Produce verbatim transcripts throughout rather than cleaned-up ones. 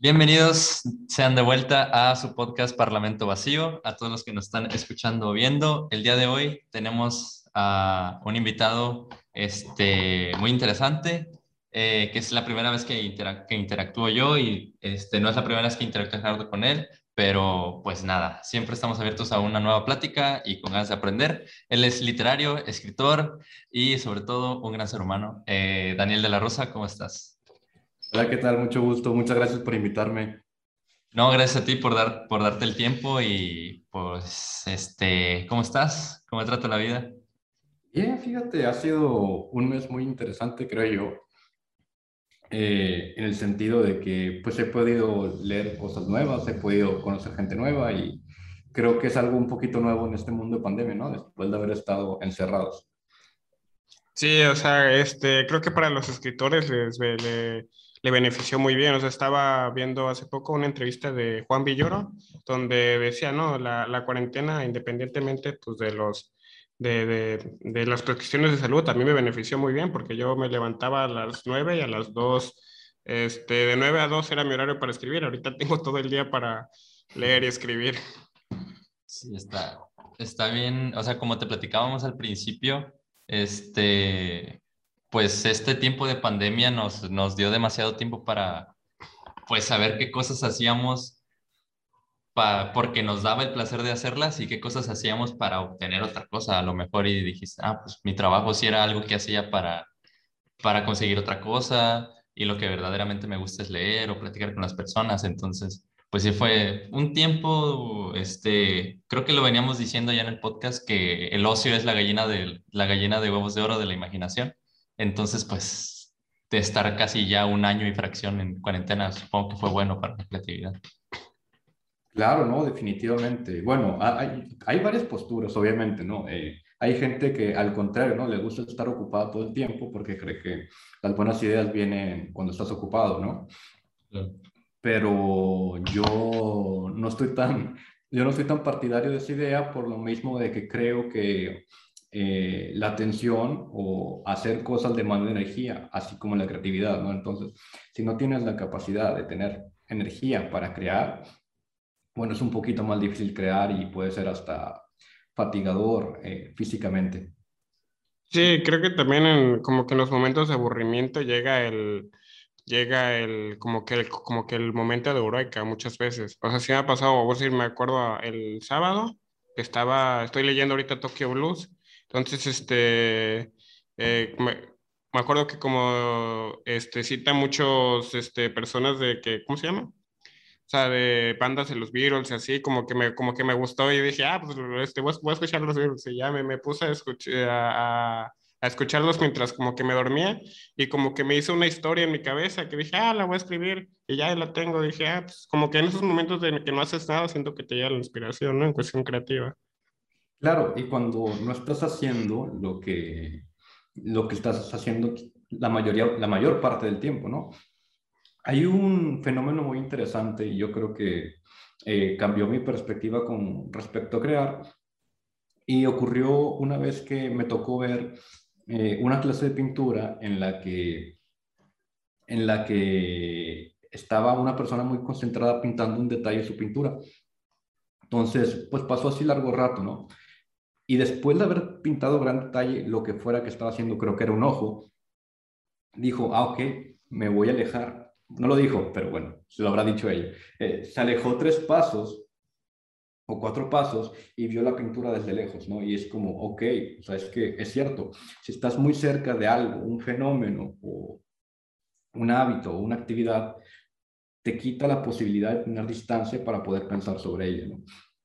Bienvenidos sean de vuelta a su podcast Parlamento Vacío, a todos los que nos están escuchando o viendo. El día de hoy tenemos a un invitado este, muy interesante, eh, que es la primera vez que, interac- que interactúo yo y este, no es la primera vez que interactúo con él, pero pues nada, siempre estamos abiertos a una nueva plática y con ganas de aprender. Él es literario, escritor y sobre todo un gran ser humano. Eh, Daniel de la Rosa, ¿cómo estás? Hola, ¿qué tal? Mucho gusto. Muchas gracias por invitarme. No, gracias a ti por dar, por darte el tiempo y pues, este, ¿cómo estás? ¿Cómo te trata la vida? Bien, fíjate, ha sido un mes muy interesante, creo yo, eh, en el sentido de que pues he podido leer cosas nuevas, he podido conocer gente nueva y creo que es algo un poquito nuevo en este mundo de pandemia, ¿no? Después de haber estado encerrados. Sí, o sea, este, creo que para los escritores les, ve- le, le benefició muy bien. O sea, estaba viendo hace poco una entrevista de Juan Villoro, donde decía, no, la, la cuarentena, independientemente, pues, de los, de, de, de las cuestiones de salud, a mí me benefició muy bien, porque yo me levantaba a las nueve y a las dos, este, de nueve a dos era mi horario para escribir. Ahorita tengo todo el día para leer y escribir. Sí, está, está bien. O sea, como te platicábamos al principio, este, pues este tiempo de pandemia nos, nos dio demasiado tiempo para, pues, saber qué cosas hacíamos pa- porque nos daba el placer de hacerlas y qué cosas hacíamos para obtener otra cosa, a lo mejor, y dijiste, ah, pues mi trabajo sí era algo que hacía para para conseguir otra cosa y lo que verdaderamente me gusta es leer o platicar con las personas. Entonces, pues sí fue un tiempo, este, creo que lo veníamos diciendo ya en el podcast que el ocio es la gallina de, la gallina de huevos de oro de la imaginación. Entonces, pues de estar casi ya un año y fracción en cuarentena, supongo que fue bueno para la creatividad. Claro, ¿no? Definitivamente. Bueno, ha- hay, hay varias posturas, obviamente, ¿no? Eh, hay gente que al contrario, ¿no? Le gusta estar ocupado todo el tiempo porque cree que las buenas ideas vienen cuando estás ocupado, ¿no? Claro. Pero yo no estoy tan, yo no soy tan partidario de esa idea por lo mismo de que creo que eh, la atención o hacer cosas demanda energía, así como la creatividad, ¿no? Entonces, si no tienes la capacidad de tener energía para crear, bueno, es un poquito más difícil crear y puede ser hasta fatigador eh, físicamente. Sí, creo que también en, como que en los momentos de aburrimiento llega el, llega el, como que el, como que el momento de eureka muchas veces. O sea, sí me ha pasado, voy a decir, me acuerdo el sábado, que estaba, estoy leyendo ahorita Tokyo Blues, entonces, este, eh, me, me acuerdo que como, este, cita muchos, este, personas de que, ¿cómo se llama? O sea, de bandas de los Beatles y así, como que me, como que me gustó y dije, ah, pues este, voy, a voy a escuchar los Beatles. Y ya me, me puse a, escuch- a, a- a escucharlos mientras como que me dormía y como que me hizo una historia en mi cabeza que dije, ah, la voy a escribir y ya la tengo. Dije, ah, pues como que en esos momentos de que no haces nada, siento que te llega la inspiración, ¿no? En cuestión creativa. Claro, y cuando no estás haciendo lo que, lo que estás haciendo la mayoría, la mayor parte del tiempo, ¿no? Hay un fenómeno muy interesante y yo creo que eh, cambió mi perspectiva con respecto a crear y ocurrió una vez que me tocó ver eh, una clase de pintura en la que, en la que estaba una persona muy concentrada pintando un detalle de su pintura. Entonces, pues pasó así largo rato, ¿no? Y después de haber pintado gran detalle, lo que fuera que estaba haciendo, creo que era un ojo, dijo, ah, ok, me voy a alejar. No lo dijo, pero bueno, se lo habrá dicho ella. Eh, se alejó tres pasos o cuatro pasos y vio la pintura desde lejos, ¿no? Y es como, ok, o sea, es que es cierto, si estás muy cerca de algo, un fenómeno o un hábito o una actividad, te quita la posibilidad de tener distancia para poder pensar sobre ella, ¿no?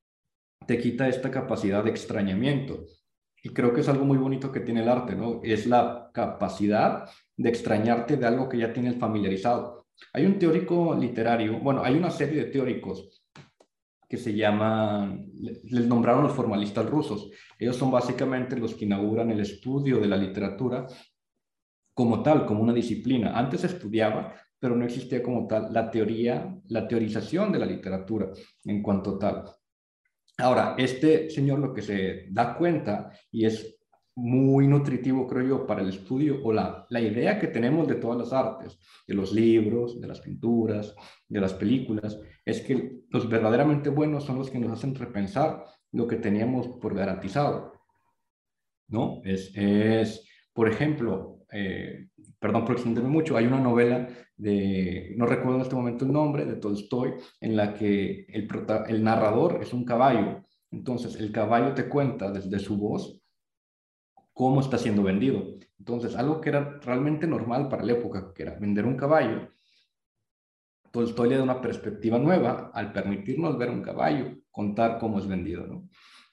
Te quita esta capacidad de extrañamiento. Y creo que es algo muy bonito que tiene el arte, ¿no? Es la capacidad de extrañarte de algo que ya tienes familiarizado. Hay un teórico literario, bueno, hay una serie de teóricos que se llaman, les nombraron los formalistas rusos. Ellos son básicamente los que inauguran el estudio de la literatura como tal, como una disciplina. Antes se estudiaba, pero no existía como tal la teoría, la teorización de la literatura en cuanto tal. Ahora, este señor lo que se da cuenta, y es muy nutritivo, creo yo, para el estudio o la, la idea que tenemos de todas las artes, de los libros, de las pinturas, de las películas, es que los verdaderamente buenos son los que nos hacen repensar lo que teníamos por garantizado, ¿no? Es, es por ejemplo, eh, perdón por extenderme mucho, hay una novela de, no recuerdo en este momento el nombre, de Tolstoy, en la que el, prota, el narrador es un caballo. Entonces, el caballo te cuenta desde su voz cómo está siendo vendido. Entonces, algo que era realmente normal para la época, que era vender un caballo, Tolstoy le da una perspectiva nueva al permitirnos ver un caballo, contar cómo es vendido, ¿no?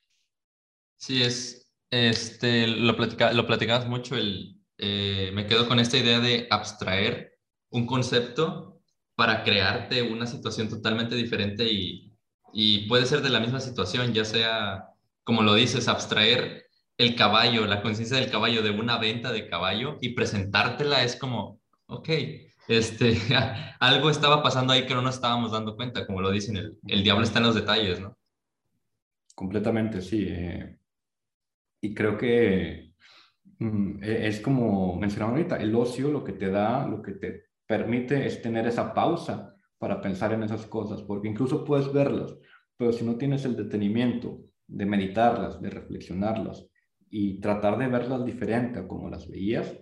Sí, es, este, lo platica, lo platicamos mucho, el, eh, me quedo con esta idea de abstraer un concepto para crearte una situación totalmente diferente y, y puede ser de la misma situación, ya sea, como lo dices, abstraer el caballo, la conciencia del caballo de una venta de caballo y presentártela es como, ok, este, algo estaba pasando ahí que no nos estábamos dando cuenta, como lo dicen, el, el diablo está en los detalles, ¿no? Completamente, sí. Eh, y creo que mm, e- es como mencionaba ahorita, el ocio lo que te da, lo que te permite es tener esa pausa para pensar en esas cosas, porque incluso puedes verlas, pero si no tienes el detenimiento de meditarlas, de reflexionarlas y tratar de verlas diferente a como las veías,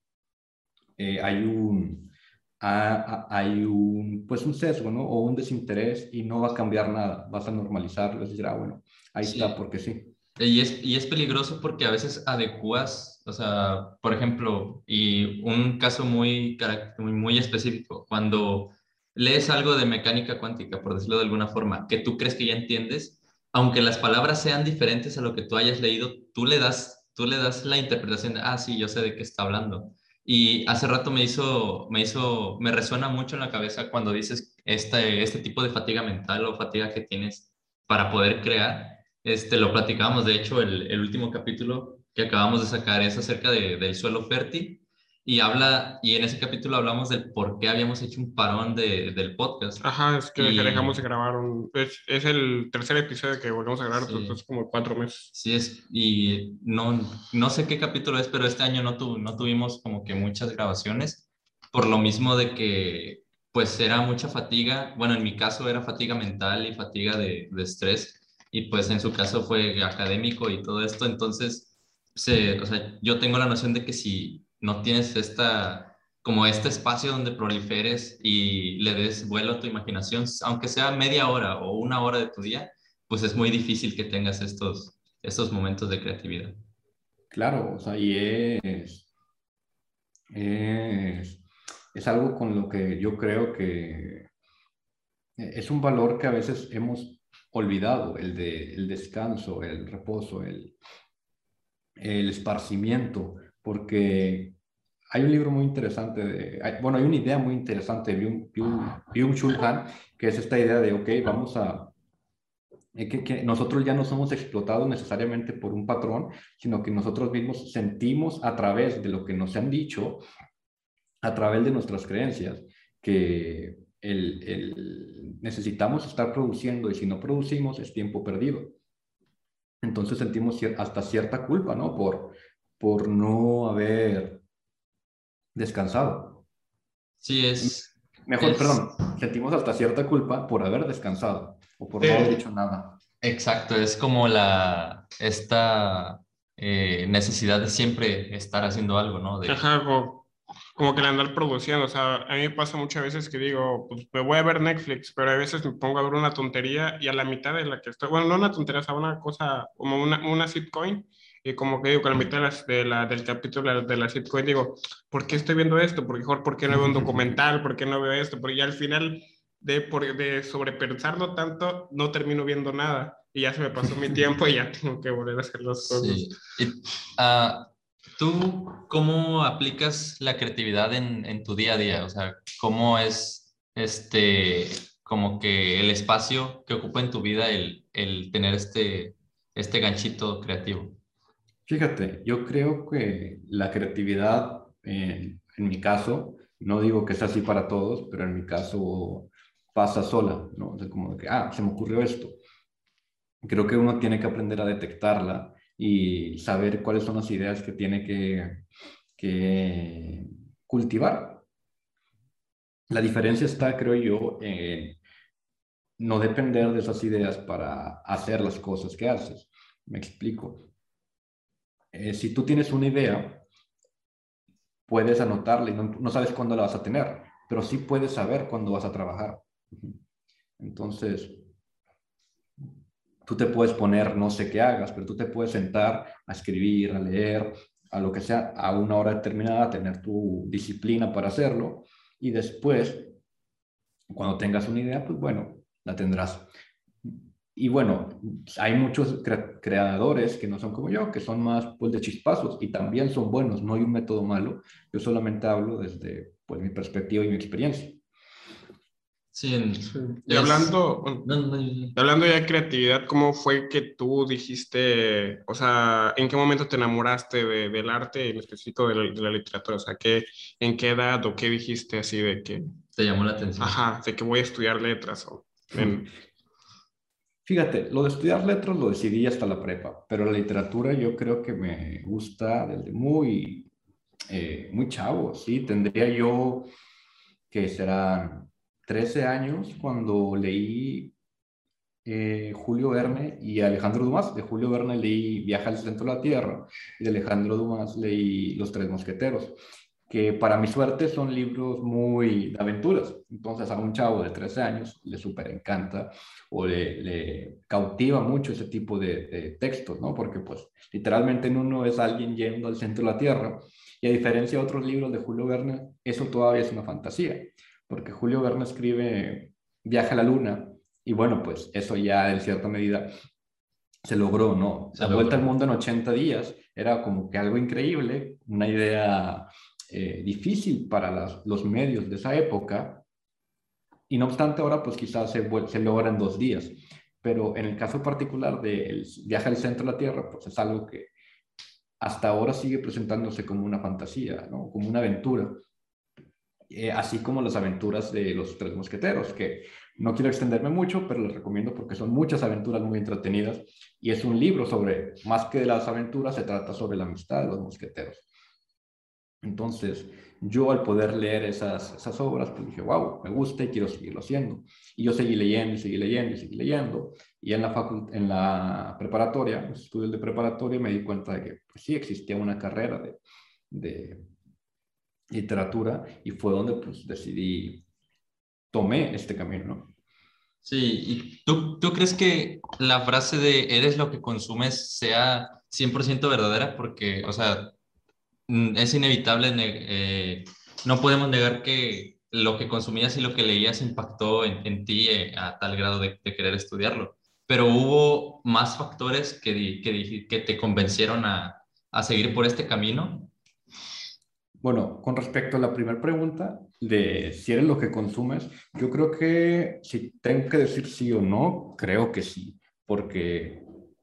eh, hay un, ha- ha- hay un, pues un sesgo, ¿no? O un desinterés y no va a cambiar nada. Vas a normalizarlo, y decir, ah, bueno, ahí está, Sí. porque sí. Y es, y es peligroso porque a veces adecuas, o sea, por ejemplo, y un caso muy, carac- muy, muy específico, cuando lees algo de mecánica cuántica, por decirlo de alguna forma, que tú crees que ya entiendes, aunque las palabras sean diferentes a lo que tú hayas leído, tú le das, tú le das la interpretación de, ah, sí, yo sé de qué está hablando. Y hace rato me hizo, me hizo, me resuena mucho en la cabeza cuando dices este, este tipo de fatiga mental o fatiga que tienes para poder crear. Este, lo platicábamos, de hecho, el, el último capítulo que acabamos de sacar es acerca de, del suelo fértil y habla, y en ese capítulo hablamos del por qué habíamos hecho un parón de, del podcast. Ajá, es que dejamos Y de grabar un... Es, es el tercer episodio que volvemos a grabar sí, después como cuatro meses. sí es, y no, no sé qué capítulo es, pero este año no, tu, no tuvimos como que muchas grabaciones, por lo mismo de que pues era mucha fatiga, bueno, en mi caso era fatiga mental y fatiga de, de estrés, y pues en su caso fue académico y todo esto, entonces, se, o sea, yo tengo la noción de que si no tienes esta, como este espacio donde proliferes y le des vuelo a tu imaginación, aunque sea media hora o una hora de tu día, pues es muy difícil que tengas estos, estos momentos de creatividad. Claro, o sea, y es, es, es algo con lo que yo creo que es un valor que a veces hemos olvidado, el de el descanso, el reposo, el, el esparcimiento, porque hay un libro muy interesante, de, hay- bueno, hay una idea muy interesante de Byung, Byung, Byung-Chul Han, que es esta idea de, ok, vamos a, eh, que, que nosotros ya no somos explotados necesariamente por un patrón, sino que nosotros mismos sentimos a través de lo que nos han dicho, a través de nuestras creencias, que el, el, necesitamos estar produciendo y si no producimos es tiempo perdido. Entonces sentimos cier hasta cierta culpa, ¿no? Por, por no haber descansado. Sí, es, Mejor, es perdón, sentimos hasta cierta culpa por haber descansado o por no haber Sí. hecho nada. exacto, es como la, esta eh, necesidad de siempre estar haciendo algo, ¿no? De, Ajá, como, como que el andar produciendo, o sea, a mí me pasa muchas veces que digo, pues me voy a ver Netflix, pero a veces me pongo a ver una tontería y a la mitad de la que estoy, bueno, no una tontería, o sea, una cosa, como una, una sitcoin, y como que digo, con la mitad de, las, de la, del capítulo de la sitcoin, digo, ¿por qué estoy viendo esto? Porque mejor, ¿por qué no veo un documental? ¿Por qué no veo esto? Porque ya al final de, por, de sobrepensarlo tanto, no termino viendo nada. Y ya se me pasó mi tiempo y ya tengo que volver a hacer las cosas. sí. Y, ah, ¿tú cómo aplicas la creatividad en, en tu día a día? O sea, ¿cómo es este, como que el espacio que ocupa en tu vida el, el tener este, este ganchito creativo? Fíjate, yo creo que la creatividad, en, en mi caso, no digo que sea así para todos, pero en mi caso pasa sola, ¿no? O sea, como de que, ah, se me ocurrió esto. Creo que uno tiene que aprender a detectarla y saber cuáles son las ideas que tiene que, que cultivar. La diferencia está, creo yo, en no depender de esas ideas para hacer las cosas que haces. Me explico. Eh, si tú tienes una idea, puedes anotarla y no, no sabes cuándo la vas a tener, pero sí puedes saber cuándo vas a trabajar. Entonces, tú te puedes poner, no sé qué hagas, pero tú te puedes sentar a escribir, a leer, a lo que sea, a una hora determinada, tener tu disciplina para hacerlo y después, cuando tengas una idea, pues bueno, la tendrás. Y bueno, hay muchos cre creadores que no son como yo, que son más pues de chispazos y también son buenos, no hay un método malo. Yo solamente hablo desde pues mi perspectiva y mi experiencia. Sí, en- Sí. Y es... hablando, bueno, No, no, no. y hablando ya de creatividad, ¿cómo fue que tú dijiste, o sea, en qué momento te enamoraste de- del arte, en específico de la, de la literatura? O sea, ¿qué, en qué edad o qué dijiste así de que, Te llamó la atención. ajá, de que voy a estudiar letras? O, en- Fíjate, lo de estudiar letras lo decidí hasta la prepa, pero la literatura yo creo que me gusta desde muy, eh, muy chavo, ¿sí? Tendría yo que serán trece años cuando leí eh, Julio Verne y Alejandro Dumas. De Julio Verne leí Viaje al centro de la Tierra y de Alejandro Dumas leí Los tres mosqueteros, que para mi suerte son libros muy de aventuras. Entonces a un chavo de trece años le súper encanta o le, le, cautiva mucho ese tipo de, de textos, ¿no? Porque pues literalmente en uno es alguien yendo al centro de la Tierra y a diferencia de otros libros de Julio Verne, eso todavía es una fantasía, porque Julio Verne escribe Viaje a la Luna y bueno, pues eso ya en cierta medida se logró, ¿no? Se La vuelta al logró. mundo en ochenta días era como que algo increíble, una idea eh, difícil para las, los medios de esa época, y no obstante ahora pues quizás se, se logra en dos días, pero en el caso particular del viaje al centro de la Tierra, pues es algo que hasta ahora sigue presentándose como una fantasía, ¿no? Como una aventura. Eh, así como las aventuras de los tres mosqueteros, que no quiero extenderme mucho, pero les recomiendo porque son muchas aventuras muy entretenidas y es un libro sobre, más que de las aventuras, se trata sobre la amistad de los mosqueteros. Entonces, yo al poder leer esas, esas obras, pues dije, wow, me gusta y quiero seguirlo haciendo. Y yo seguí leyendo y seguí leyendo y seguí leyendo. Y en la, en la preparatoria, los estudios de preparatoria, me di cuenta de que pues, sí existía una carrera de, de literatura y fue donde pues decidí, tomé este camino, ¿no? Sí, ¿y tú, tú crees que la frase de eres lo que consumes sea cien por ciento verdadera? Porque, o sea, mm, es inevitable, ne- eh, no podemos negar que lo que consumías y lo que leías impactó en, en ti eh, a tal grado de, de querer estudiarlo. Pero hubo más factores que, di- que, di- que te convencieron a, a seguir por este camino. Bueno, con respecto a la primera pregunta de si eres lo que consumes, yo creo que si tengo que decir sí o no, creo que sí, porque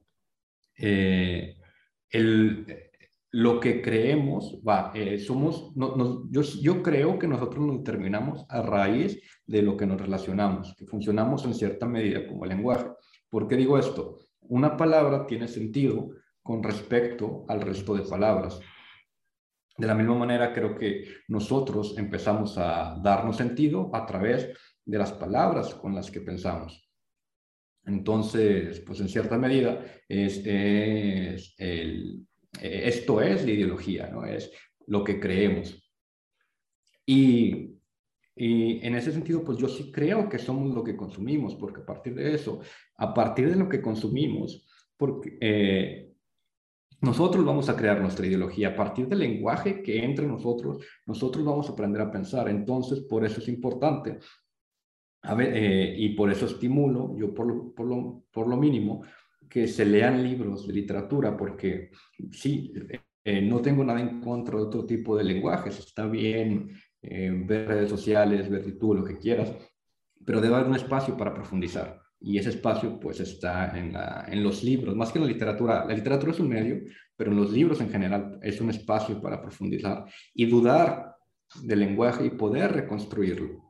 eh, el, lo que creemos, va, eh, somos, no, no, yo, yo creo que nosotros nos determinamos a raíz de lo que nos relacionamos, que funcionamos en cierta medida como lenguaje. ¿Por qué digo esto? Una palabra tiene sentido con respecto al resto de palabras. De la misma manera, creo que nosotros empezamos a darnos sentido a través de las palabras con las que pensamos. Entonces, pues en cierta medida, es, es el, eh, esto es la ideología, ¿no? Es lo que creemos. Y, y en ese sentido, pues yo sí creo que somos lo que consumimos, porque a partir de eso, a partir de lo que consumimos, porque, eh, nosotros vamos a crear nuestra ideología. A partir del lenguaje que entre nosotros, nosotros vamos a aprender a pensar. Entonces, por eso es importante. A ver, eh, y por eso estimulo, yo por lo, por, lo, por lo mínimo, que se lean libros de literatura, porque sí, eh, no tengo nada en contra de otro tipo de lenguajes. Está bien eh, ver redes sociales, ver YouTube, lo que quieras, pero debe haber un espacio para profundizar. Y ese espacio pues está en, la, en los libros, más que en la literatura. La literatura es un medio, pero en los libros en general es un espacio para profundizar y dudar del lenguaje y poder reconstruirlo.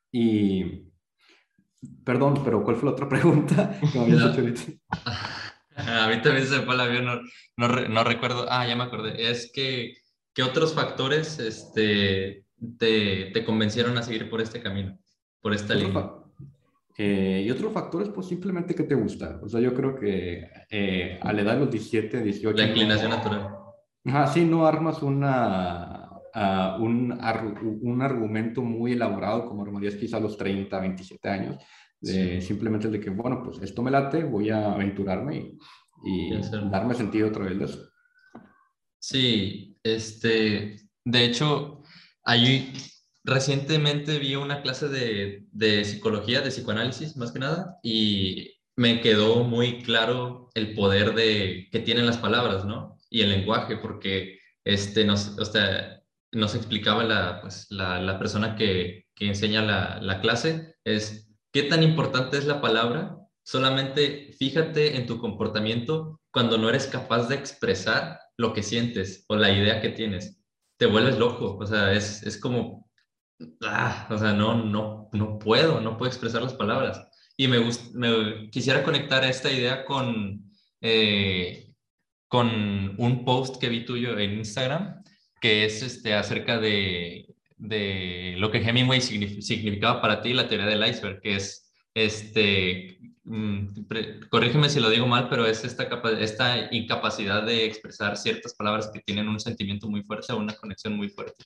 Y, perdón, pero ¿cuál fue la otra pregunta que me habías hecho La, ahorita? A mí también se me fue el avión, no, no, re- no recuerdo. Ah, ya me acordé. Es que, ¿qué otros factores este, te, te convencieron a seguir por este camino, por esta Otro línea? fa- eh, y otros factores, pues simplemente que te gusta. O sea, yo creo que eh, a la edad de los diecisiete, La dieciocho inclinación no, natural. ajá, sí, no armas una, ah, un, ar- un argumento muy elaborado como armarías quizá a los treinta, veintisiete años. Sí, Eh, simplemente de que, bueno, pues esto me late, voy a aventurarme y, y y hacerlo. darme sentido otra vez de eso. Sí, este, de hecho, ahí recientemente vi una clase de, de psicología, de psicoanálisis, más que nada, y me quedó muy claro el poder de, que tienen las palabras, ¿no? Y el lenguaje, porque este, nos, o sea, nos explicaba la, pues, la, la persona que, que enseña la, la clase, es qué tan importante es la palabra. Solamente fíjate en tu comportamiento cuando no eres capaz de expresar lo que sientes o la idea que tienes. Te vuelves loco, o sea, es, es como, ah, o sea, no, no, no puedo, no puedo expresar las palabras. Y me, gust- me quisiera conectar esta idea con, eh, con un post que vi tuyo en Instagram, que es este, acerca de, de lo que Hemingway signif- significaba para ti, la teoría del iceberg, que es, este, mm, pre- corrígeme si lo digo mal, pero es esta, capa- esta incapacidad de expresar ciertas palabras que tienen un sentimiento muy fuerte o una conexión muy fuerte.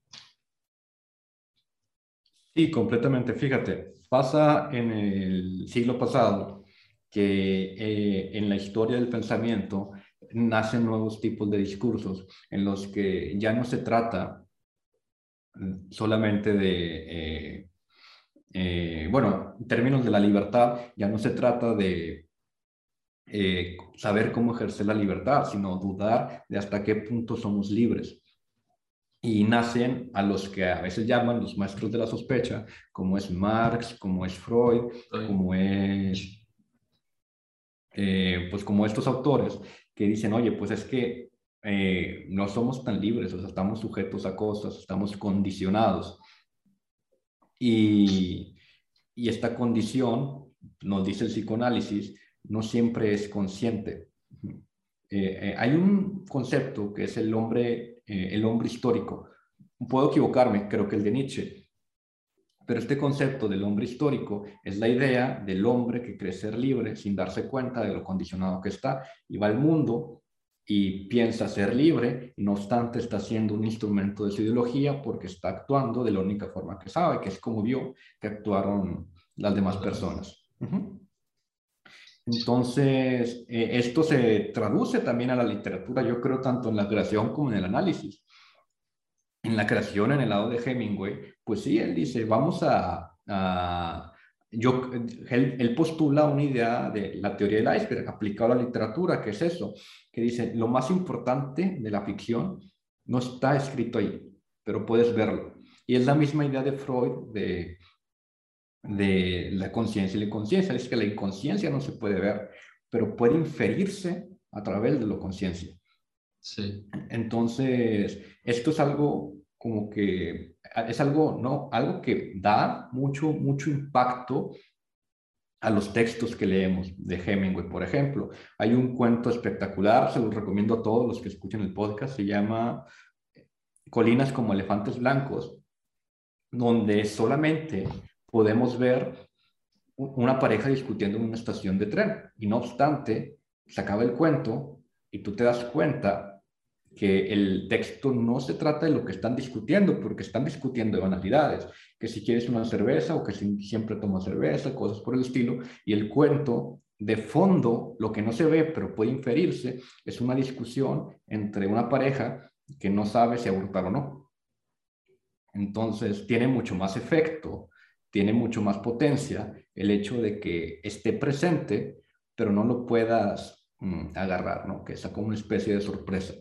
Sí, completamente. Fíjate, pasa en el siglo pasado que eh, en la historia del pensamiento nacen nuevos tipos de discursos en los que ya no se trata mm, solamente de, eh, eh, bueno, en términos de la libertad, ya no se trata de eh, saber cómo ejercer la libertad, sino dudar de hasta qué punto somos libres. Y nacen a los que a veces llaman los maestros de la sospecha, como es Marx, como es Freud, Estoy- como es, eh, pues como estos autores que dicen, oye, pues es que eh, no somos tan libres, o sea, estamos sujetos a cosas, estamos condicionados. Y, y esta condición, nos dice el psicoanálisis, no siempre es consciente. Eh, eh, hay un concepto que es el hombre, eh, el hombre histórico. Puedo equivocarme, creo que el de Nietzsche, pero este concepto del hombre histórico es la idea del hombre que cree ser libre sin darse cuenta de lo condicionado que está y va al mundo y piensa ser libre, y no obstante está siendo un instrumento de su ideología porque está actuando de la única forma que sabe, que es como vio que actuaron las demás los demás. personas. Uh-huh. Entonces, eh, esto se traduce también a la literatura, yo creo, tanto en la creación como en el análisis. En la creación, en el lado de Hemingway, pues sí, él dice, vamos a, a yo, él, él, postula una idea de la teoría del iceberg aplicada a la literatura, que es eso, que dice, lo más importante de la ficción no está escrito ahí, pero puedes verlo. Y es la misma idea de Freud de, de la conciencia y la inconsciencia, es que la inconsciencia no se puede ver, pero puede inferirse a través de la conciencia. Sí. Entonces, esto es algo como que, es algo, ¿no? Algo que da mucho, mucho impacto a los textos que leemos de Hemingway, por ejemplo. Hay un cuento espectacular, se los recomiendo a todos los que escuchen el podcast, se llama Colinas como elefantes blancos, donde solamente podemos ver una pareja discutiendo en una estación de tren. Y no obstante, se acaba el cuento y tú te das cuenta que el texto no se trata de lo que están discutiendo, porque están discutiendo de banalidades, que si quieres una cerveza o que si siempre tomas cerveza, cosas por el estilo, y el cuento de fondo, lo que no se ve pero puede inferirse, es una discusión entre una pareja que no sabe si abortar o no. Entonces tiene mucho más efecto, tiene mucho más potencia el hecho de que esté presente, pero no lo puedas mm, agarrar, ¿no? Que sea como una especie de sorpresa.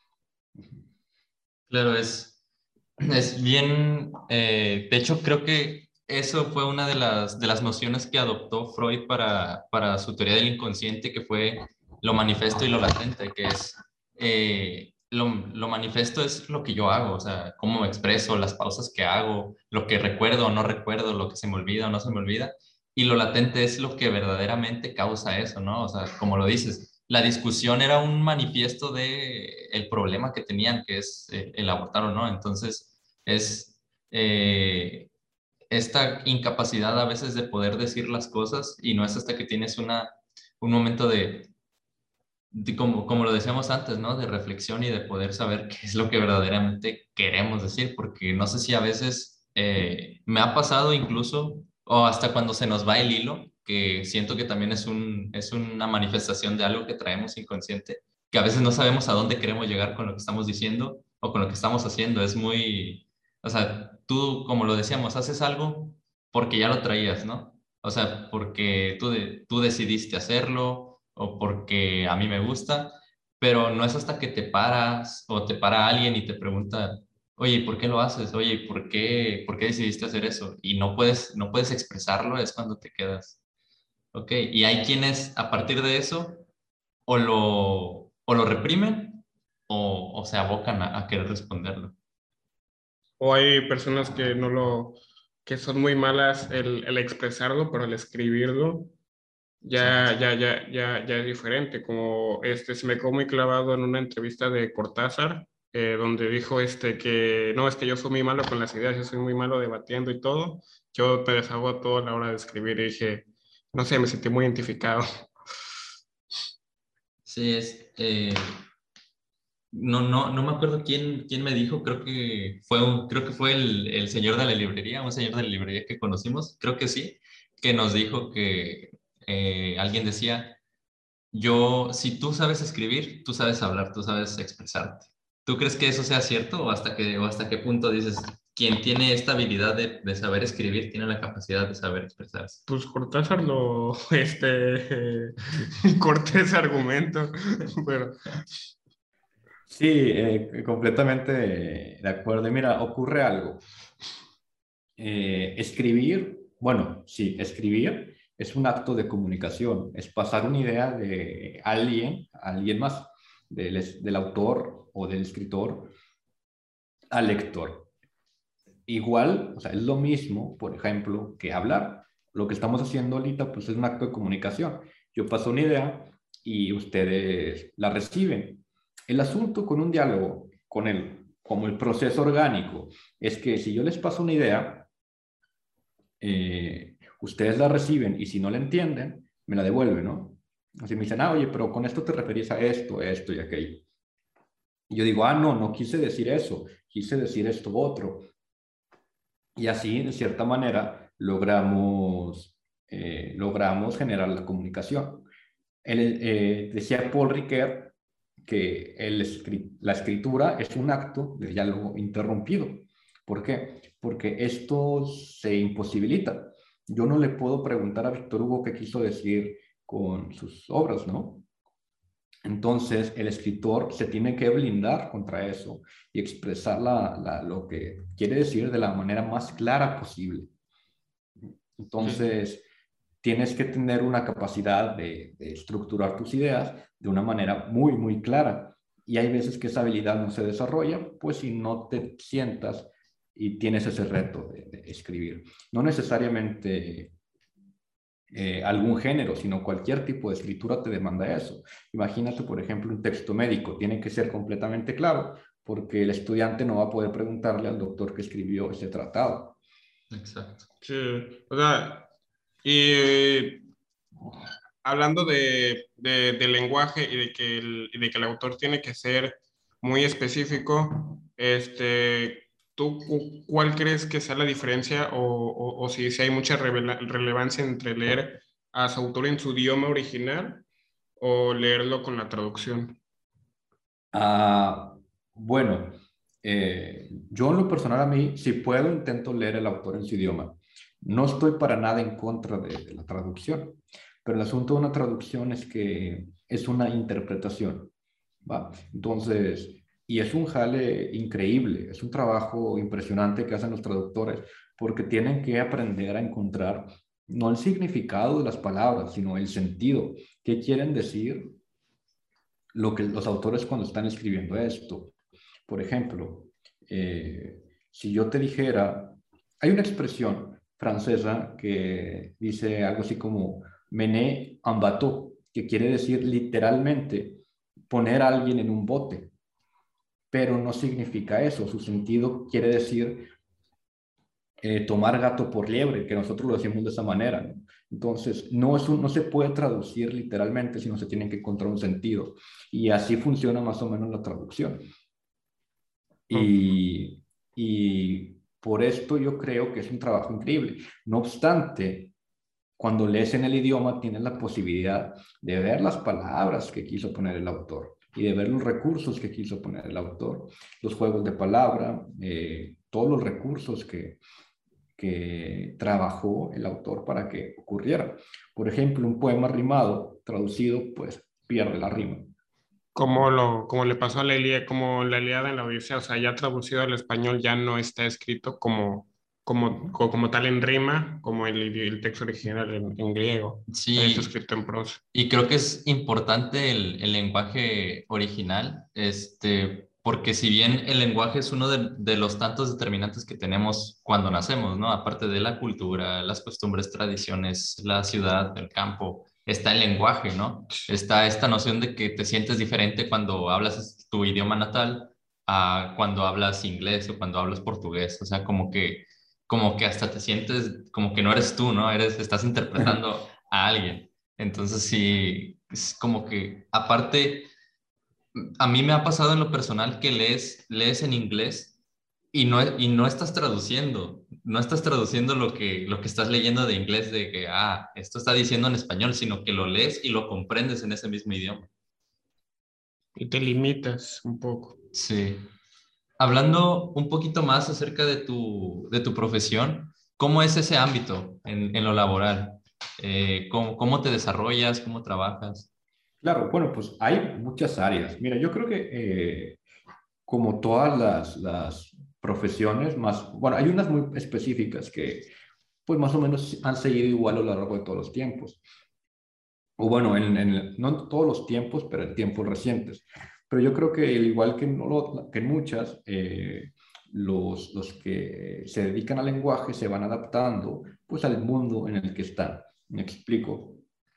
Claro, es, es bien, eh, de hecho creo que eso fue una de las, de las nociones que adoptó Freud para, para su teoría del inconsciente, que fue lo manifiesto y lo latente, que es, eh, lo, lo manifiesto es lo que yo hago, o sea, cómo me expreso, las pausas que hago, lo que recuerdo o no recuerdo, lo que se me olvida o no se me olvida, y lo latente es lo que verdaderamente causa eso, ¿no? O sea, como lo dices, la discusión era un manifiesto de el problema que tenían, que es eh, el abortar o no. Entonces, es eh, esta incapacidad a veces de poder decir las cosas y no es hasta que tienes una, un momento de, de como, como lo decíamos antes, ¿no? De reflexión y de poder saber qué es lo que verdaderamente queremos decir, porque no sé si a veces eh, me ha pasado incluso, o hasta cuando se nos va el hilo, que siento que también es un, es una manifestación de algo que traemos inconsciente, que a veces no sabemos a dónde queremos llegar con lo que estamos diciendo o con lo que estamos haciendo. Es muy, o sea, tú, como lo decíamos, haces algo porque ya lo traías, ¿no? O sea, porque tú, de- tú decidiste hacerlo o porque a mí me gusta, pero no es hasta que te paras o te para alguien y te pregunta, oye, ¿por qué lo haces? Oye, ¿por qué, por qué decidiste hacer eso? Y no puedes, no puedes expresarlo, es cuando te quedas. Ok, y hay quienes a partir de eso o lo, o lo reprimen o, o se abocan a, a querer responderlo. O hay personas que no lo, que son muy malas el, el expresarlo, pero el escribirlo Exacto. ya, ya, ya, ya, ya es diferente. Como este se me quedó muy clavado en una entrevista de Cortázar, eh, donde dijo este que no, es que yo soy muy malo con las ideas, yo soy muy malo debatiendo y todo. Yo te deshago todo a la hora de escribir y dije, no sé, me sentí muy identificado. Sí, es, eh, no, no, no me acuerdo quién, quién me dijo, creo que fue un, creo que fue el, el señor de la librería, un señor de la librería que conocimos, creo que sí, que nos dijo que eh, alguien decía, yo, si tú sabes escribir, tú sabes hablar, tú sabes expresarte. ¿Tú crees que eso sea cierto o hasta qué, o hasta qué punto dices, quien tiene esta habilidad de, de saber escribir tiene la capacidad de saber expresarse? Pues Cortázar lo, este, corté ese argumento, pero Sí, eh, completamente de acuerdo. Y mira, ocurre algo. Eh, escribir, bueno, sí, escribir es un acto de comunicación, es pasar una idea de alguien, a alguien más, del, es- del autor o del escritor al lector. Igual, o sea, es lo mismo, por ejemplo, que hablar. Lo que estamos haciendo ahorita, pues es un acto de comunicación. Yo paso una idea y ustedes la reciben. El asunto con un diálogo, con el, como el proceso orgánico, es que si yo les paso una idea, eh, ustedes la reciben y si no la entienden, me la devuelven, ¿no? Así me dicen, ah, oye, pero con esto te referías a esto, esto y aquello. Y yo digo, ah, no, no quise decir eso, quise decir esto otro. Y así, de cierta manera, logramos, eh, logramos generar la comunicación. Él, eh, decía Paul Ricoeur que el, la escritura es un acto de diálogo interrumpido. ¿Por qué? Porque esto se imposibilita. Yo no le puedo preguntar a Víctor Hugo qué quiso decir con sus obras, ¿no? Entonces, el escritor se tiene que blindar contra eso y expresar la, la, lo que quiere decir de la manera más clara posible. sí. Entonces, tienes que tener una capacidad de, de, estructurar tus ideas de una manera muy, muy clara. Y hay veces que esa habilidad no se desarrolla, pues si no te sientas y tienes ese reto de, de escribir. No necesariamente eh, algún género, sino cualquier tipo de escritura te demanda eso. Imagínate, por ejemplo, un texto médico, tiene que ser completamente claro, porque el estudiante no va a poder preguntarle al doctor que escribió ese tratado. Exacto. Sí, o sea, y hablando de, de, de lenguaje y de que el, y de que el autor tiene que ser muy específico, este, ¿tú cu- cuál crees que sea la diferencia o, o, o si, si hay mucha revela- relevancia entre leer a su autor en su idioma original o leerlo con la traducción? Ah, bueno, eh, yo en lo personal a mí, si puedo, intento leer el autor en su idioma. No estoy para nada en contra de, de la traducción, pero el asunto de una traducción es que es una interpretación, ¿va? Entonces, y es un jale increíble, es un trabajo impresionante que hacen los traductores, porque tienen que aprender a encontrar no el significado de las palabras, sino el sentido. ¿Qué quieren decir lo que los autores cuando están escribiendo esto? Por ejemplo, eh, si yo te dijera, hay una expresión francesa que dice algo así como mener en bateau. que quiere decir literalmente poner a alguien en un bote, pero no significa eso. Su sentido quiere decir eh, tomar gato por liebre, que nosotros lo decimos de esa manera, ¿no? Entonces, no, es un, no se puede traducir literalmente, sino se tiene que encontrar un sentido. Y así funciona más o menos la traducción. Y, y por esto yo creo que es un trabajo increíble. No obstante, cuando lees en el idioma tienes la posibilidad de ver las palabras que quiso poner el autor y de ver los recursos que quiso poner el autor, los juegos de palabra, eh, todos los recursos que, que trabajó el autor para que ocurriera. Por ejemplo, un poema rimado, traducido, pues pierde la rima. Como lo, como le pasó a la Ilíada, como la Ilíada en la Odisea, o sea, ya traducido al español ya no está escrito como, como, co- como tal en rima, como el, idi- el texto original en, en griego. O sea, ya está Sí, escrito en prosa. y creo que es importante el, el lenguaje original, este, porque si bien el lenguaje es uno de, de los tantos determinantes que tenemos cuando nacemos, ¿no? Aparte de la cultura, las costumbres, tradiciones, la ciudad, el campo, está el lenguaje, ¿no? Está esta noción de que te sientes diferente cuando hablas tu idioma natal a cuando hablas inglés o cuando hablas portugués, o sea, como que, como que hasta te sientes como que no eres tú, ¿no? Eres, estás interpretando a alguien. Entonces sí, es como que aparte, a mí me ha pasado en lo personal que lees, lees en inglés y no, y no estás traduciendo, no estás traduciendo lo que, lo que estás leyendo de inglés de que, ah, esto está diciendo en español, sino que lo lees y lo comprendes en ese mismo idioma. Y te limitas un poco. Sí. Hablando un poquito más acerca de tu, de tu profesión, ¿cómo es ese ámbito en, en lo laboral? Eh, ¿cómo, cómo te desarrollas? ¿Cómo trabajas? Claro, bueno, pues hay muchas áreas. Mira, yo creo que eh, como todas las, las profesiones, más, bueno, hay unas muy específicas que pues más o menos han seguido igual a lo largo de todos los tiempos. O bueno, en, en- no en todos los tiempos, pero en tiempos recientes. Pero yo creo que al igual que en, lo- que en muchas, eh, los, los que se dedican al lenguaje se van adaptando pues al mundo en el que están. Me explico.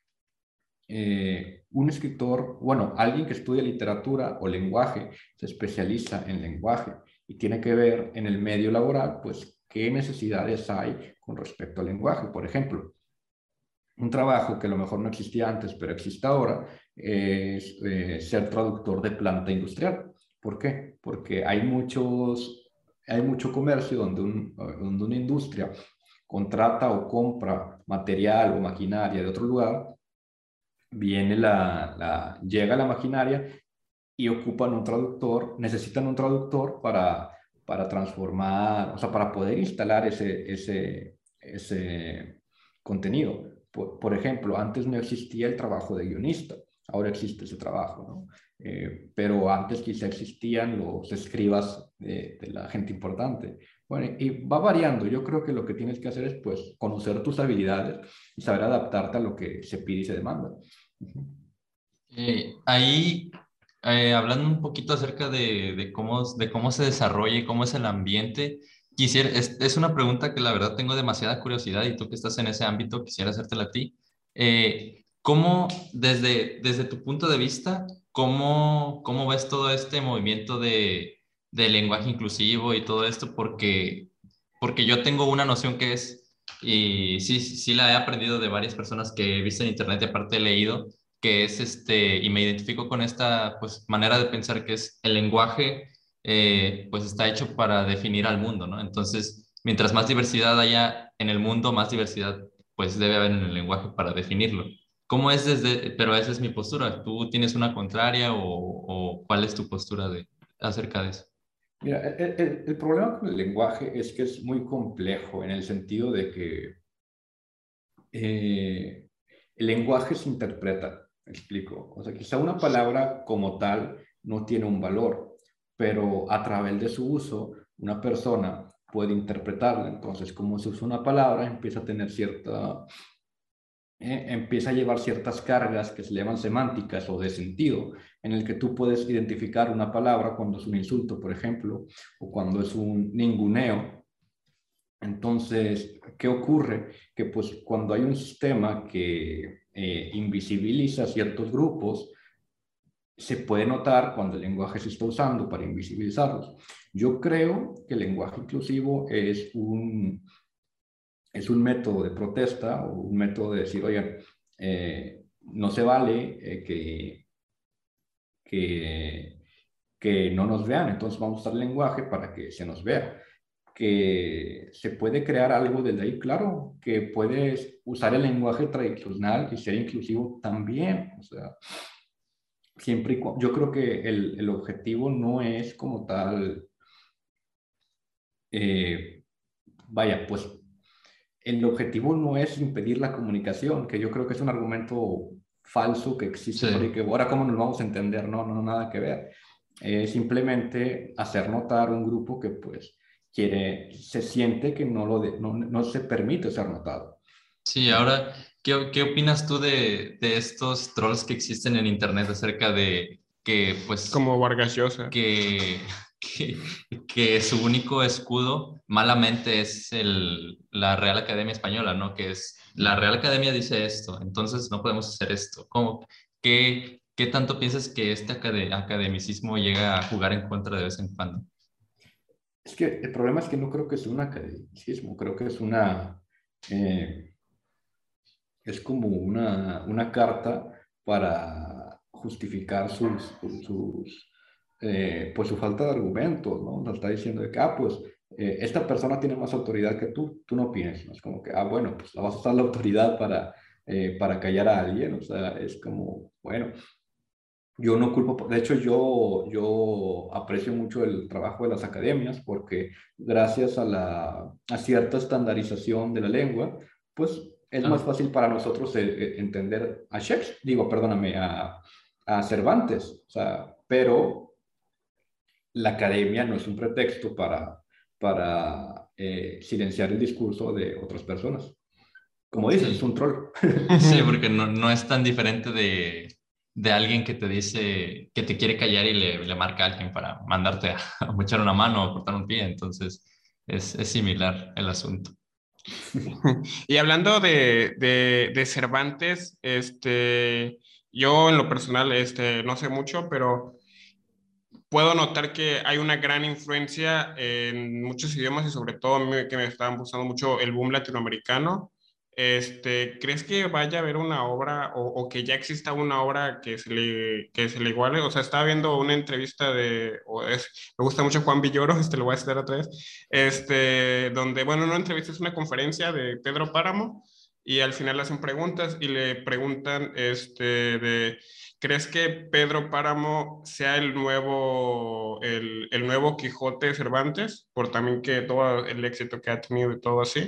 Eh, un escritor, bueno, alguien que estudia literatura o lenguaje, se especializa en lenguaje y tiene que ver en el medio laboral, pues, qué necesidades hay con respecto al lenguaje. Por ejemplo, un trabajo que a lo mejor no existía antes, pero existe ahora, es eh, ser traductor de planta industrial. ¿Por qué? Porque hay muchos, hay mucho comercio donde, un, donde una industria contrata o compra material o maquinaria de otro lugar, viene la, la, llega la maquinaria y ocupan un traductor, necesitan un traductor para, para transformar, o sea, para poder instalar ese, ese, ese contenido. Por, por ejemplo, antes no existía el trabajo de guionista, ahora existe ese trabajo, ¿no? Eh, pero antes quizá existían los escribas de, de la gente importante. Bueno, y va variando. Yo creo que lo que tienes que hacer es, pues, conocer tus habilidades y saber adaptarte a lo que se pide y se demanda. Uh-huh. Eh, ahí, eh, hablando un poquito acerca de, de cómo, de cómo se desarrolla y cómo es el ambiente, quisiera, es, es una pregunta que la verdad tengo demasiada curiosidad y tú que estás en ese ámbito, quisiera hacértela a ti. Eh, ¿cómo, desde, desde tu punto de vista, cómo, cómo ves todo este movimiento de, de lenguaje inclusivo y todo esto? Porque, porque yo tengo una noción que es, y sí, sí sí la he aprendido de varias personas que he visto en internet y aparte he leído que es este, y me identifico con esta pues, manera de pensar que es el lenguaje, eh, pues está hecho para definir al mundo, ¿no? Entonces, mientras más diversidad haya en el mundo, más diversidad pues debe haber en el lenguaje para definirlo. ¿Cómo es desde, pero esa es mi postura? ¿Tú tienes una contraria o, o cuál es tu postura de, acerca de eso? Mira, el, el- el problema con el lenguaje es que es muy complejo en el sentido de que eh, el lenguaje se interpreta, me explico. O sea, quizá una palabra como tal no tiene un valor, pero a través de su uso, una persona puede interpretarla. Entonces, como se usa una palabra, empieza a tener cierta, eh, empieza a llevar ciertas cargas que se llaman semánticas o de sentido, en el que tú puedes identificar una palabra cuando es un insulto, por ejemplo, o cuando es un ninguneo. Entonces, ¿qué ocurre? Que pues cuando hay un sistema que, eh, invisibiliza ciertos grupos, se puede notar cuando el lenguaje se está usando para invisibilizarlos. Yo creo que el lenguaje inclusivo es un, es un método de protesta o un método de decir, oigan, eh, no se vale eh, que, que, que no nos vean, entonces vamos a usar el lenguaje para que se nos vea. Que se puede crear algo desde ahí, claro, que puedes usar el lenguaje tradicional y ser inclusivo también, o sea, siempre y cuando, yo creo que el, el objetivo no es como tal, eh, vaya, pues el objetivo no es impedir la comunicación, que yo creo que es un argumento falso que existe Sí. por ahí, que ahora cómo nos vamos a entender, no, no, nada que ver. Eh, simplemente hacer notar un grupo que pues quiere, se siente que no, lo de, no, no se permite ser notado. Sí, ahora, ¿qué, qué opinas tú de, de estos trolls que existen en internet acerca de que, pues, Como Vargas Llosa. que, que, que su único escudo malamente es el, la Real Academia Española, ¿no? Que es, la Real Academia dice esto, entonces no podemos hacer esto. ¿Cómo, qué, qué tanto piensas que este acad- academicismo llega a jugar en contra de vez en cuando? Es que el problema es que no creo que sea un academicismo, creo que es una, eh, es como una, una carta para justificar sus, sus eh, pues su falta de argumentos, ¿no? Nos está diciendo de que, ah, pues eh, esta persona tiene más autoridad que tú, tú no piensas, ¿no? Es como que, ah, bueno, pues la vas a usar la autoridad para, eh, para callar a alguien, o sea, es como, bueno, yo no culpo, de hecho yo, yo aprecio mucho el trabajo de las academias porque gracias a, la, a cierta estandarización de la lengua, pues es más Claro. fácil para nosotros eh, eh, entender a Shakespeare, digo, perdóname, a, a Cervantes, o sea, pero la academia no es un pretexto para, para eh, silenciar el discurso de otras personas. Como dices, es Sí. un troll. Sí, porque no, no es tan diferente de, de alguien que te dice que te quiere callar y le, le marca a alguien para mandarte a, a echar una mano o cortar un pie. Entonces, es, es similar el asunto. Y hablando de, de, de Cervantes, este, yo en lo personal este, no sé mucho, pero puedo notar que hay una gran influencia en muchos idiomas y sobre todo a mí que me estaban gustando mucho el boom latinoamericano. Este, ¿crees que vaya a haber una obra o, o que ya exista una obra que se le, que se le iguale? O sea, estaba viendo una entrevista de, o es, me gusta mucho Juan Villoro, este lo voy a citar otra vez, este, donde, bueno, una entrevista es una conferencia de Pedro Páramo y al final le hacen preguntas y le preguntan, este, de ¿crees que Pedro Páramo sea el nuevo, el, el nuevo Quijote de Cervantes? Por también que todo el éxito que ha tenido y todo así.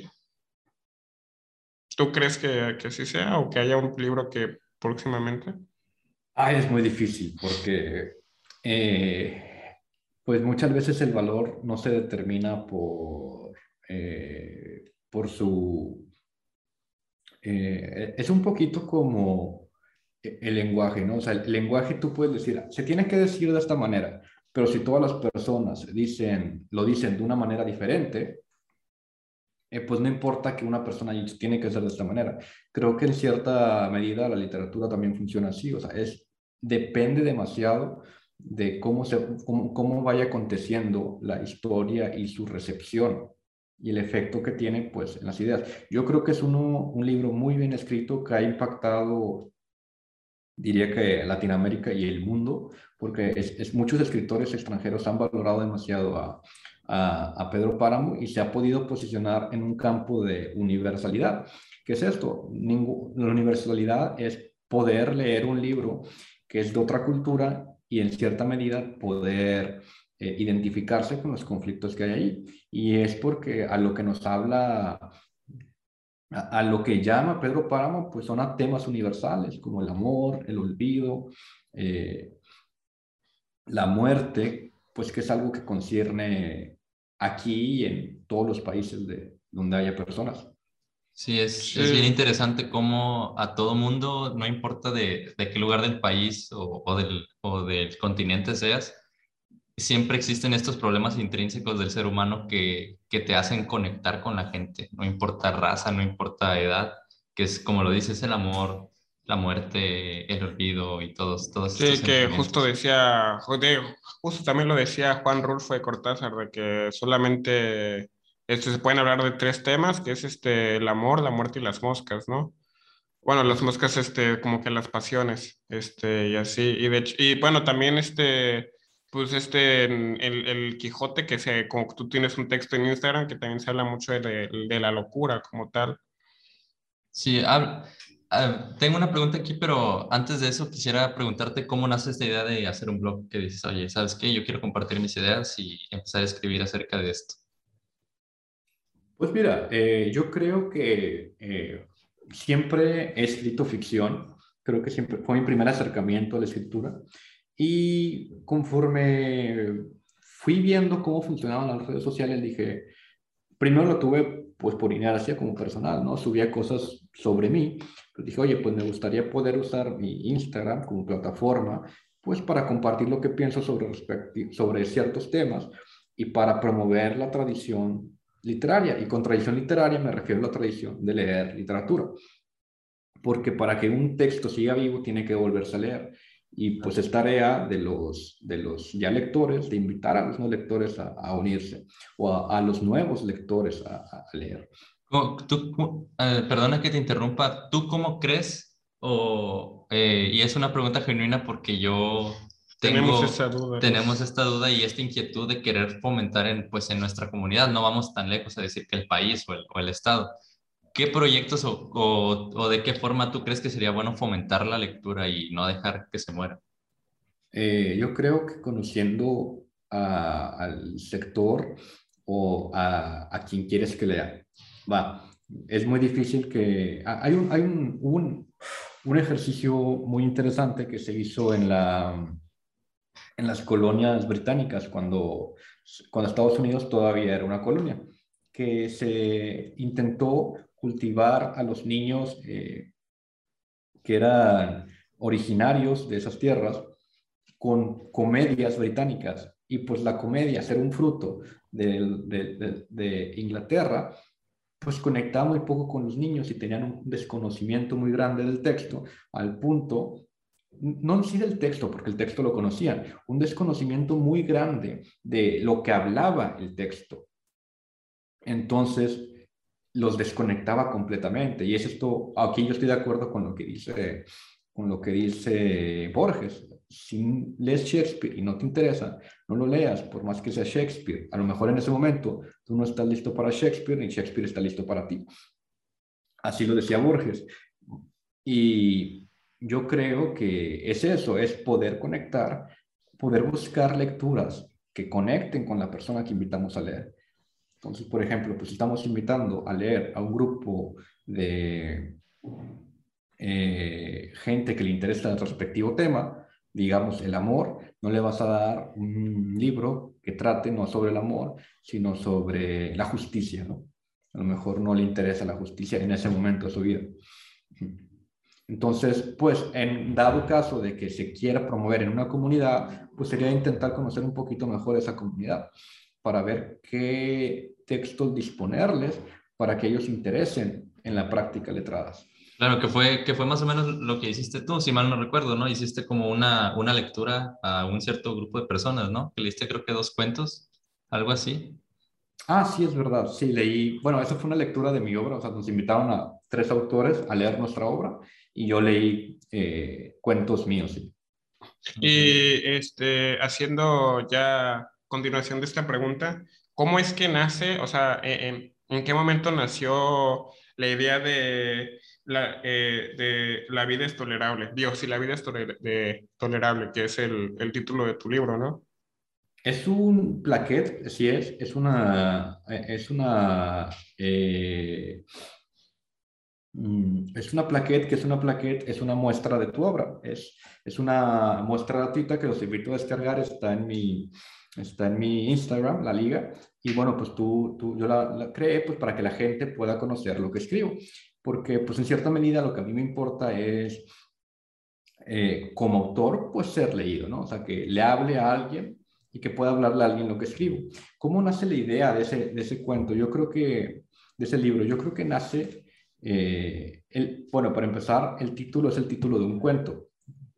¿Tú crees que, que así sea o que haya un libro que próximamente? Ah, es muy difícil porque eh, pues muchas veces el valor no se determina por, eh, por su... eh, es un poquito como el lenguaje, ¿no? O sea, el lenguaje tú puedes decir, se tiene que decir de esta manera, pero si todas las personas dicen, lo dicen de una manera diferente, eh, pues no importa que una persona diga, tiene que ser de esta manera. Creo que en cierta medida la literatura también funciona así, o sea, es, depende demasiado de cómo, se, cómo, cómo vaya aconteciendo la historia y su recepción y el efecto que tiene pues en las ideas. Yo creo que es uno, un libro muy bien escrito que ha impactado, diría que Latinoamérica y el mundo, porque es, es muchos escritores extranjeros han valorado demasiado a, a, a Pedro Páramo y se ha podido posicionar en un campo de universalidad. ¿Qué es esto? Ningú, la universalidad es poder leer un libro que es de otra cultura y en cierta medida poder eh, identificarse con los conflictos que hay ahí. Y es porque a lo que nos habla a, a lo que llama Pedro Páramo, pues son a temas universales como el amor, el olvido, eh, la muerte, pues que es algo que concierne aquí y en todos los países de, donde haya personas. Sí, es, es bien Sí, interesante cómo a todo mundo, no importa de, de qué lugar del país o, o del, o del continente seas, siempre existen estos problemas intrínsecos del ser humano que, que te hacen conectar con la gente, no importa raza, no importa edad, que es como lo dices, el amor, la muerte, el olvido y todos, todos estos Sí, que justo sentimientos. decía, joder, justo también lo decía Juan Rulfo de Cortázar, de que solamente este, se pueden hablar de tres temas, que es este, el amor, la muerte y las moscas, ¿no? Bueno, las Eso. moscas, este, como que las pasiones, este, y así, y de hecho, y bueno, también este, pues este, en el, el Quijote, que se, como tú tienes un texto en Instagram, que también se habla mucho de, de la locura como tal. Sí, hab- ah, tengo una pregunta aquí, pero antes de eso quisiera preguntarte cómo nace esta idea de hacer un blog que dices, oye, ¿sabes qué? Yo quiero compartir mis ideas y empezar a escribir acerca de esto. Pues mira, eh, yo creo que eh, siempre he escrito ficción, creo que siempre fue mi primer acercamiento a la escritura y conforme fui viendo cómo funcionaban las redes sociales, dije, primero lo tuve pues por inercia como personal, ¿no? Subía cosas sobre mí, pero dije, oye, pues me gustaría poder usar mi Instagram como plataforma, pues para compartir lo que pienso sobre, respecti- sobre ciertos temas y para promover la tradición literaria. Y con tradición literaria me refiero a la tradición de leer literatura, porque para que un texto siga vivo tiene que volverse a leer. Y pues es tarea de los, de los ya lectores de invitar a los no lectores a, a unirse o a, a los nuevos lectores a, a- a leer. ¿Cómo- Tú, cómo- eh, perdona que te interrumpa, ¿tú cómo crees? O, eh, y es una pregunta genuina porque yo Tenemos esa tengo, duda, tenemos los... esta duda y esta inquietud de querer fomentar en, pues, en nuestra comunidad. No vamos tan lejos a decir que el país o el, o el estado. ¿Qué proyectos o, o, o de qué forma tú crees que sería bueno fomentar la lectura y no dejar que se muera? Eh, yo creo que conociendo a- al sector o a, a quien quieres que lea, va, es muy difícil que... ha- Hay un, hay un, un, un ejercicio muy interesante que se hizo en la, en las colonias británicas, cuando, cuando Estados Unidos todavía era una colonia, que se intentó cultivar a los niños eh, que eran originarios de esas tierras con comedias británicas. Y pues la comedia, ser un fruto de, de, de, de Inglaterra, pues conectaba muy poco con los niños y tenían un desconocimiento muy grande del texto, al punto, no en sí del texto, porque el texto lo conocían, un desconocimiento muy grande de lo que hablaba el texto. Entonces, los desconectaba completamente. Y es esto, aquí yo estoy de acuerdo con lo que dice, con lo que dice Borges. Si lees Shakespeare y no te interesa, no lo leas, por más que sea Shakespeare. A lo mejor en ese momento tú no estás listo para Shakespeare, ni Shakespeare está listo para ti. Así lo decía Borges. Y yo creo que es eso, es poder conectar, poder buscar lecturas que conecten con la persona que invitamos a leer. Entonces, por ejemplo, pues estamos invitando a leer a un grupo de eh, gente que le interesa el respectivo tema, digamos el amor, no le vas a dar un libro que trate no sobre el amor, sino sobre la justicia, ¿no? A lo mejor no le interesa la justicia en ese momento de su vida. Entonces, pues, en dado caso de que se quiera promover en una comunidad, pues sería intentar conocer un poquito mejor esa comunidad para ver qué textos disponerles para que ellos se interesen en la práctica letradas. Claro, que fue, que fue más o menos lo que hiciste tú, si mal no recuerdo, ¿no? Hiciste como una, una lectura a un cierto grupo de personas, ¿no? Que leíste creo que dos cuentos, algo así. Ah, sí, es verdad, sí, leí, bueno, esa fue una lectura de mi obra, o sea, nos invitaron a tres autores a leer nuestra obra y yo leí eh, cuentos míos, sí. Ok. Y este, haciendo ya continuación de esta pregunta, ¿cómo es que nace, o sea, en, en qué momento nació la idea de la, eh, de la vida es tolerable? Dios, si la vida es tole- de- tolerable, que es el, el título de tu libro, ¿no? Es un plaquet, sí es, es una, eh, es una, eh, mm, es una plaquet, que es una plaquet, es una muestra de tu obra, es, es una muestra gratuita que los invito a descargar, está en mi, está en mi Instagram, la liga, y bueno, pues tú, tú yo la, la creé pues para que la gente pueda conocer lo que escribo, porque pues en cierta medida lo que a mí me importa es eh, como autor, pues ser leído, ¿no? O sea, que le hable a alguien y que pueda hablarle a alguien lo que escribo. ¿Cómo nace la idea de ese, de ese cuento? Yo creo que, de ese libro, yo creo que nace Eh, el, bueno, para empezar, el título es el título de un cuento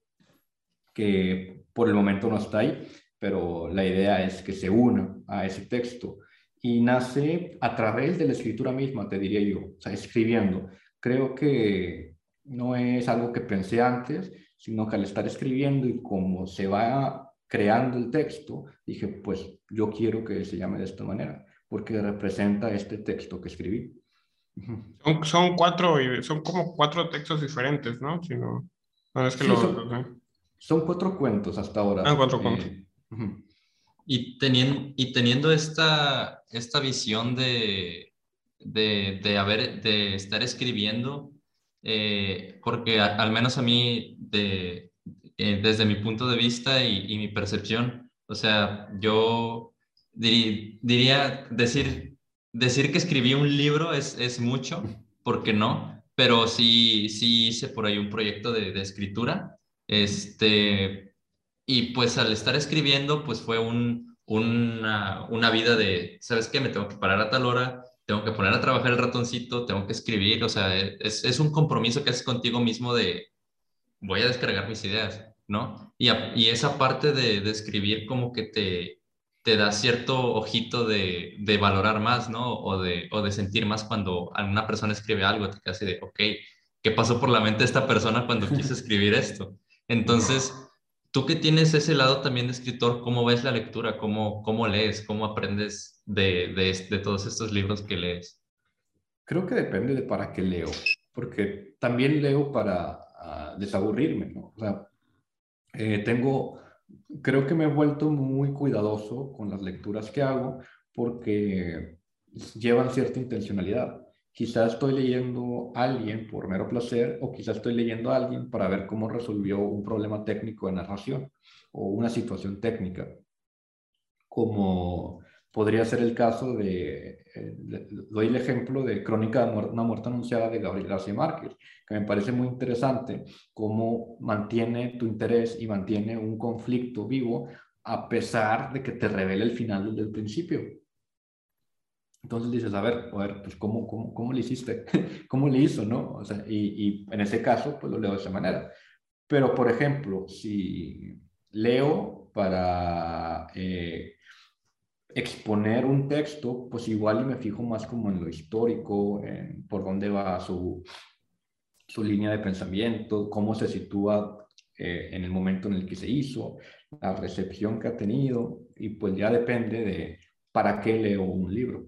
que por el momento no está ahí, pero la idea es que se una a ese texto y nace a través de la escritura misma, te diría yo, o sea, escribiendo. Creo que no es algo que pensé antes, sino que al estar escribiendo y como se va creando el texto, dije, pues yo quiero que se llame de esta manera, porque representa este texto que escribí. Son, son cuatro, y son como cuatro textos diferentes, ¿no? Si no, no es que Sí, lo, lo son, sé. son cuatro cuentos hasta Ah, ahora. cuatro cuentos. Eh, ujú. Y teniendo, y teniendo esta, esta visión de, de, de, haber, de estar escribiendo, eh, porque a- al menos a mí, de, eh, desde mi punto de vista y, y mi percepción, o sea, yo diri- diría, decir, decir que escribí un libro es, es mucho, porque no, pero sí, sí hice por ahí un proyecto de, de escritura. Este, y pues al estar escribiendo, pues fue un, una, una vida de, ¿sabes qué? Me tengo que parar a tal hora, tengo que poner a trabajar el ratoncito, tengo que escribir, o sea, es, es un compromiso que haces contigo mismo de, voy a descargar mis ideas, ¿no? Y, a- y esa parte de, de escribir como que te, te da cierto ojito de, de valorar más, ¿no? O de, o de sentir más cuando alguna persona escribe algo, te quedas así de, ok, ¿qué pasó por la mente de esta persona cuando quiso escribir esto? Entonces, tú que tienes ese lado también de escritor, ¿cómo ves la lectura? ¿Cómo, cómo lees? ¿Cómo aprendes de, de, de todos estos libros que lees? Creo que depende de para qué leo, porque también leo para ah, desaburrirme, ¿no? O sea, eh, tengo, creo que me he vuelto muy cuidadoso con las lecturas que hago porque llevan cierta intencionalidad. Quizás estoy leyendo a alguien por mero placer o quizás estoy leyendo a alguien para ver cómo resolvió un problema técnico de narración o una situación técnica, como podría ser el caso de, eh, doy el ejemplo de Crónica de una muerte anunciada de Gabriel García Márquez, que me parece muy interesante cómo mantiene tu interés y mantiene un conflicto vivo a pesar de que te revele el final desde el principio. Entonces dices, a ver, a ver, pues ¿cómo, cómo, cómo le hiciste? ¿Cómo le hizo, no? O sea, y, y en ese caso, pues lo leo de esa manera. Pero, por ejemplo, si leo para eh, exponer un texto, pues igual y me fijo más como en lo histórico, en por dónde va su, su línea de pensamiento, cómo se sitúa eh, en el momento en el que se hizo, la recepción que ha tenido, y pues ya depende de para qué leo un libro.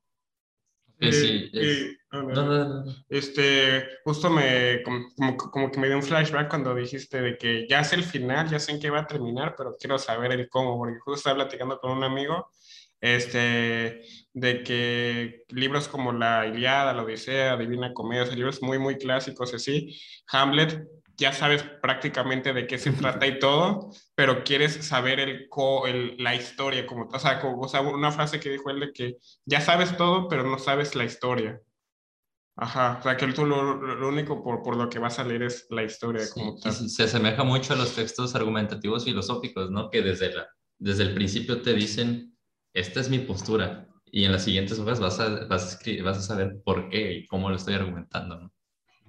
Eh, Eh, sí, eh, es... a ver, No, no, no, no. este, justo me, como, como, como que me dio un flashback cuando dijiste de que ya sé el final, ya sé en qué va a terminar, pero quiero saber el cómo, porque justo estaba platicando con un amigo, este, de que libros como la Ilíada, la Odisea, Divina Comedia, o sea, libros muy, muy clásicos así, Hamlet, ya sabes prácticamente de qué se trata y todo, pero quieres saber el, co, el, la historia, como, o sea, como, o sea, una frase que dijo él de que ya sabes todo, pero no sabes la historia. Ajá, o sea, que tú lo, lo- lo único por, por lo que vas a leer es la historia como Sí, y tal. se se asemeja mucho a los textos argumentativos filosóficos, ¿no? Que desde la, desde el principio te dicen, esta es mi postura, y en las siguientes hojas vas a, vas a, escri- vas a saber por qué y cómo lo estoy argumentando, ¿no?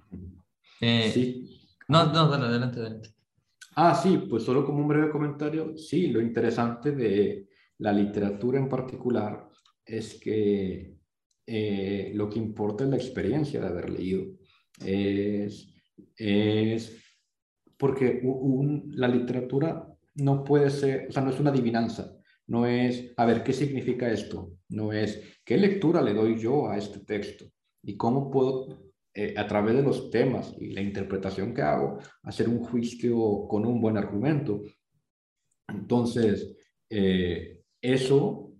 Eh, Sí. no, Ajá. no, dale, adelante, adelante. Ah, sí, pues solo como un breve comentario, sí, lo interesante de la literatura en particular es que eh, lo que importa es la experiencia de haber leído. Es, es porque u- un- la literatura no puede ser, o sea, no es una adivinanza, no es, a ver, ¿qué significa esto? No es, ¿qué lectura le doy yo a este texto? ¿Y cómo puedo, eh, a través de los temas y la interpretación que hago, hacer un juicio con un buen argumento? Entonces, eh, eso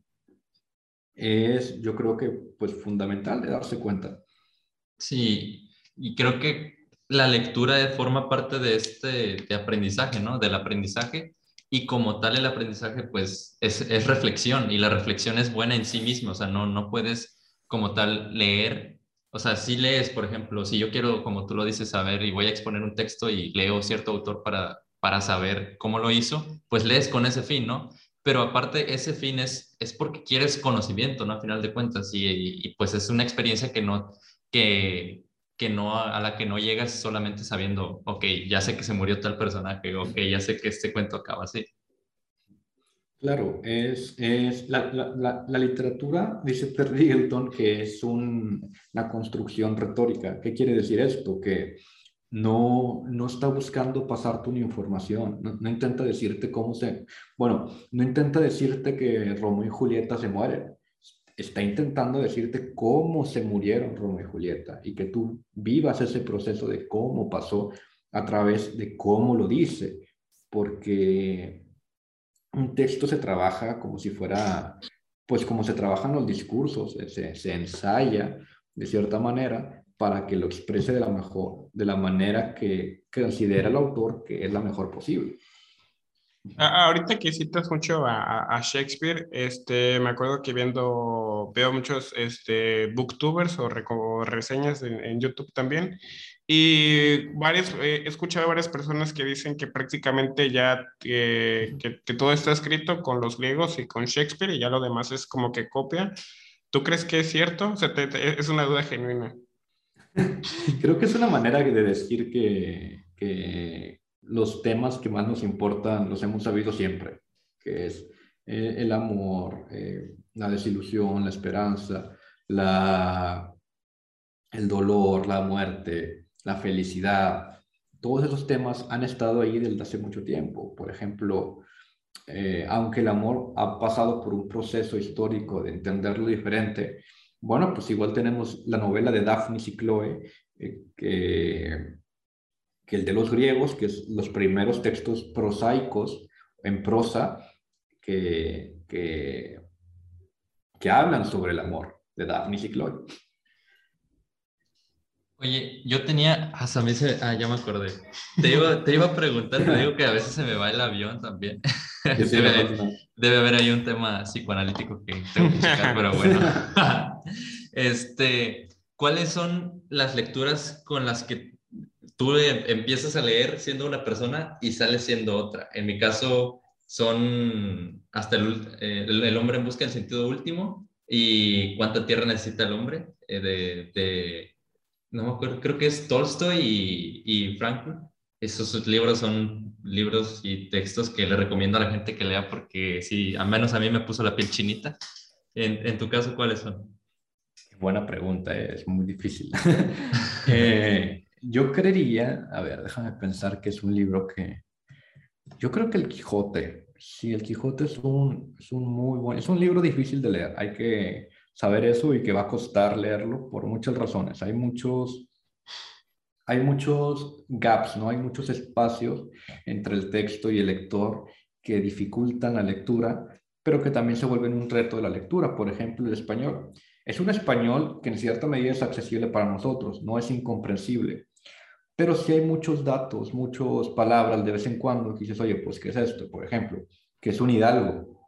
es, yo creo que, pues, fundamental de darse cuenta. Sí, y creo que la lectura forma parte de este de aprendizaje, ¿no? Del aprendizaje, y como tal el aprendizaje, pues, es, es reflexión, y la reflexión es buena en sí misma, o sea, no, no puedes como tal leer, o sea, si lees, por ejemplo, si yo quiero, como tú lo dices, saber y voy a exponer un texto y leo cierto autor para, para saber cómo lo hizo, pues lees con ese fin, ¿no? Pero aparte, ese fin es, es porque quieres conocimiento, ¿no? A final de cuentas, y, y, y pues es una experiencia que no que, que no, a la que no llegas solamente sabiendo, ok, ya sé que se murió tal personaje, ok, ya sé que este cuento acaba así. Claro, es, es la, la, la, la literatura, dice Terry Eagleton, que es un, una construcción retórica. ¿Qué quiere decir esto? Que no, no está buscando pasarte una información, no, no intenta decirte cómo se, bueno, no intenta decirte que Romeo y Julieta se mueren, está intentando decirte cómo se murieron Romeo y Julieta y que tú vivas ese proceso de cómo pasó a través de cómo lo dice, porque un texto se trabaja como si fuera, pues como se trabajan los discursos, se, se ensaya de cierta manera para que lo exprese de la mejor, de la manera que, que considera el autor que es la mejor posible. A- Ahorita que citas mucho a, a- a Shakespeare, este, me acuerdo que viendo, veo muchos este, booktubers o, reco- o reseñas en, en YouTube también, y varias, eh, he escuchado a varias personas que dicen que prácticamente ya que, que, que todo está escrito con los griegos y con Shakespeare y ya lo demás es como que copia. ¿Tú crees que es cierto? O sea, te- te- es una duda genuina. Creo que es una manera de decir que, que los temas que más nos importan los hemos sabido siempre, que es eh, el amor, eh, la desilusión, la esperanza, la, el dolor, la muerte, la felicidad. Todos esos temas han estado ahí desde hace mucho tiempo. Por ejemplo, eh, aunque el amor ha pasado por un proceso histórico de entenderlo diferente, bueno, pues igual tenemos la novela de Daphnis y Chloe, eh, que, que el de los griegos, que es los primeros textos prosaicos en prosa que, que, que hablan sobre el amor de Daphnis y Chloe. Oye, yo tenía, hasta a mí se, ah, ya me acordé. Te iba, te iba a preguntar, te digo que a veces se me va el avión también. Que sí, no pasa Debe, nada. debe haber ahí un tema psicoanalítico que tengo que checar, pero bueno. Este, ¿cuáles son las lecturas con las que tú em- empiezas a leer siendo una persona y sales siendo otra? En mi caso son hasta el, ult- eh, el, el hombre en busca del sentido último y cuánta tierra necesita el hombre, eh, de, de no me acuerdo, creo que es Tolstoy y, y Frankl. Esos libros son libros y textos que le recomiendo a la gente que lea porque sí, al menos a mí me puso la piel chinita. En, en tu caso, ¿cuáles son? Buena pregunta, eh, es muy difícil. Eh, yo creería, a ver, déjame pensar que es un libro que, yo creo que El Quijote, sí, El Quijote es un, es un muy buen, es un libro difícil de leer, hay que saber eso y que va a costar leerlo por muchas razones. Hay muchos, hay muchos gaps, ¿no? Hay muchos espacios entre el texto y el lector que dificultan la lectura, pero que también se vuelven un reto de la lectura. Por ejemplo, el español. Es un español que en cierta medida es accesible para nosotros, no es incomprensible, pero sí hay muchos datos, muchas palabras de vez en cuando que dices, oye, pues, ¿qué es esto? Por ejemplo, que es un hidalgo,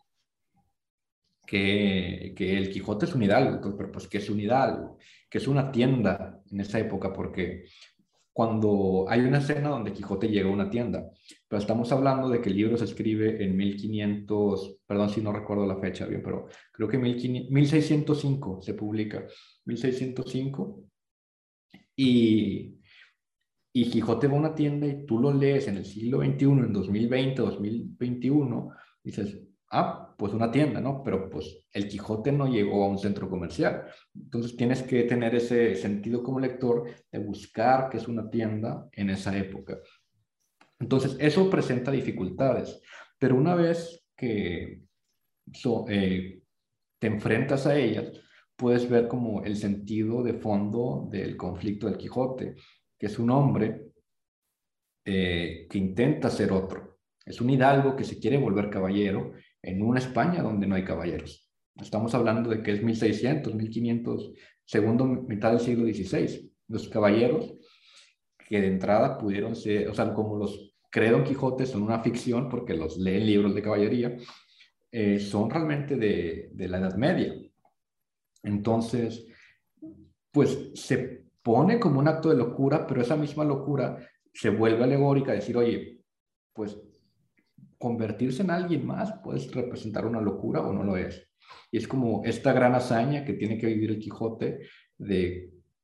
que, que el Quijote es un hidalgo, pero pues, ¿qué es un hidalgo? Que es una tienda en esa época, porque cuando hay una escena donde Quijote llega a una tienda, pero estamos hablando de que el libro se escribe en mil quinientos, perdón si no recuerdo la fecha bien, pero creo que mil quinientos, mil seiscientos cinco se publica, mil seiscientos cinco, y, y Quijote va a una tienda y tú lo lees en el siglo veintiuno, en dos mil veinte, dos mil veintiuno, dices, ah, pues una tienda, ¿no? Pero pues el Quijote no llegó a un centro comercial. Entonces tienes que tener ese sentido como lector de buscar qué es una tienda en esa época. Entonces eso presenta dificultades, pero una vez que so, eh, te enfrentas a ellas, puedes ver como el sentido de fondo del conflicto del Quijote, que es un hombre eh, que intenta ser otro. Es un hidalgo que se quiere volver caballero en una España donde no hay caballeros. Estamos hablando de que es mil seiscientos, mil quinientos, segundo mitad del siglo dieciséis. Los caballeros que de entrada pudieron ser, o sea, como los cree Don Quijote, son una ficción porque los leen libros de caballería, eh, son realmente de, de la Edad Media. Entonces, pues se pone como un acto de locura, pero esa misma locura se vuelve alegórica, decir, oye, pues convertirse en alguien más puede representar una locura o no lo es. Y es como esta gran hazaña que tiene que vivir el Quijote de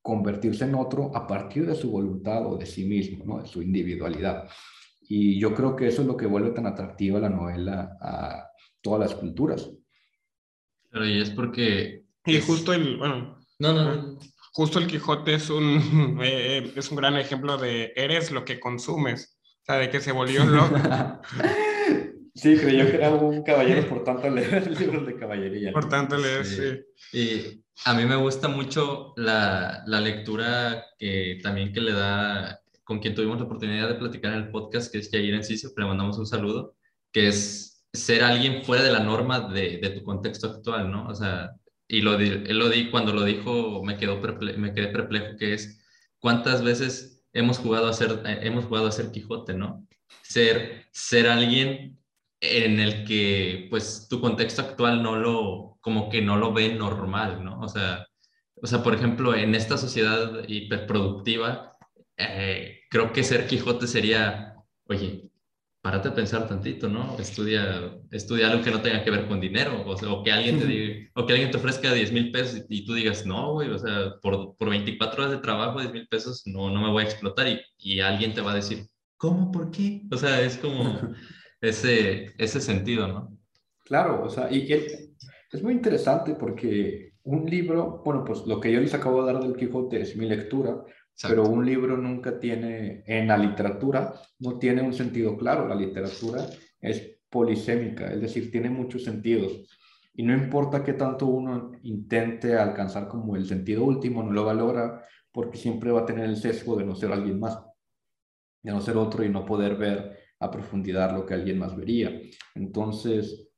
convertirse en otro a partir de su voluntad o de sí mismo, ¿no? De su individualidad. Y yo creo que eso es lo que vuelve tan atractiva la novela a todas las culturas. Pero y es porque Y es... justo el, bueno, No, no, ah, no. justo el Quijote es un, eh, es un gran ejemplo de eres lo que consumes, o sea, de que se volvió loco Sí, creyó que era un caballero, por tanto leer libros de caballería, por ¿no? tanto leer, sí. Sí. Y a mí me gusta mucho la, la lectura que también que le da, con quien tuvimos la oportunidad de platicar en el podcast, que es Jair Enciso, que le mandamos un saludo, que es ser alguien fuera de la norma de, de tu contexto actual, ¿no? O sea, y lo di, él lo di, cuando lo dijo me, quedó perple- me quedé perplejo, que es cuántas veces hemos jugado a ser, eh, hemos jugado a ser Quijote, ¿no? Ser, ser alguien en el que pues tu contexto actual no lo, como que no lo ve normal, ¿no? O sea, o sea, por ejemplo, en esta sociedad hiperproductiva, eh, creo que ser Quijote sería, oye, párate a pensar tantito, ¿no? Estudia, estudia algo que no tenga que ver con dinero, o, sea, o que alguien te diga, o que alguien te ofrezca diez mil pesos y, y tú digas, no, güey, o sea, por, por veinticuatro horas de trabajo, diez mil pesos, no, no me voy a explotar y, y alguien te va a decir, ¿cómo? ¿Por qué? O sea, es como ese, ese sentido, ¿no? Claro, o sea, y, y es muy interesante porque un libro, bueno, pues lo que yo les acabo de dar del Quijote es mi lectura, pero Exacto. un libro nunca tiene, en la literatura, no tiene un sentido claro. La literatura es polisémica, es decir, tiene muchos sentidos. Y no importa qué tanto uno intente alcanzar como el sentido último, no lo va a lograr porque siempre va a tener el sesgo de no ser alguien más, de no ser otro y no poder ver a profundidad lo que alguien más vería. Entonces,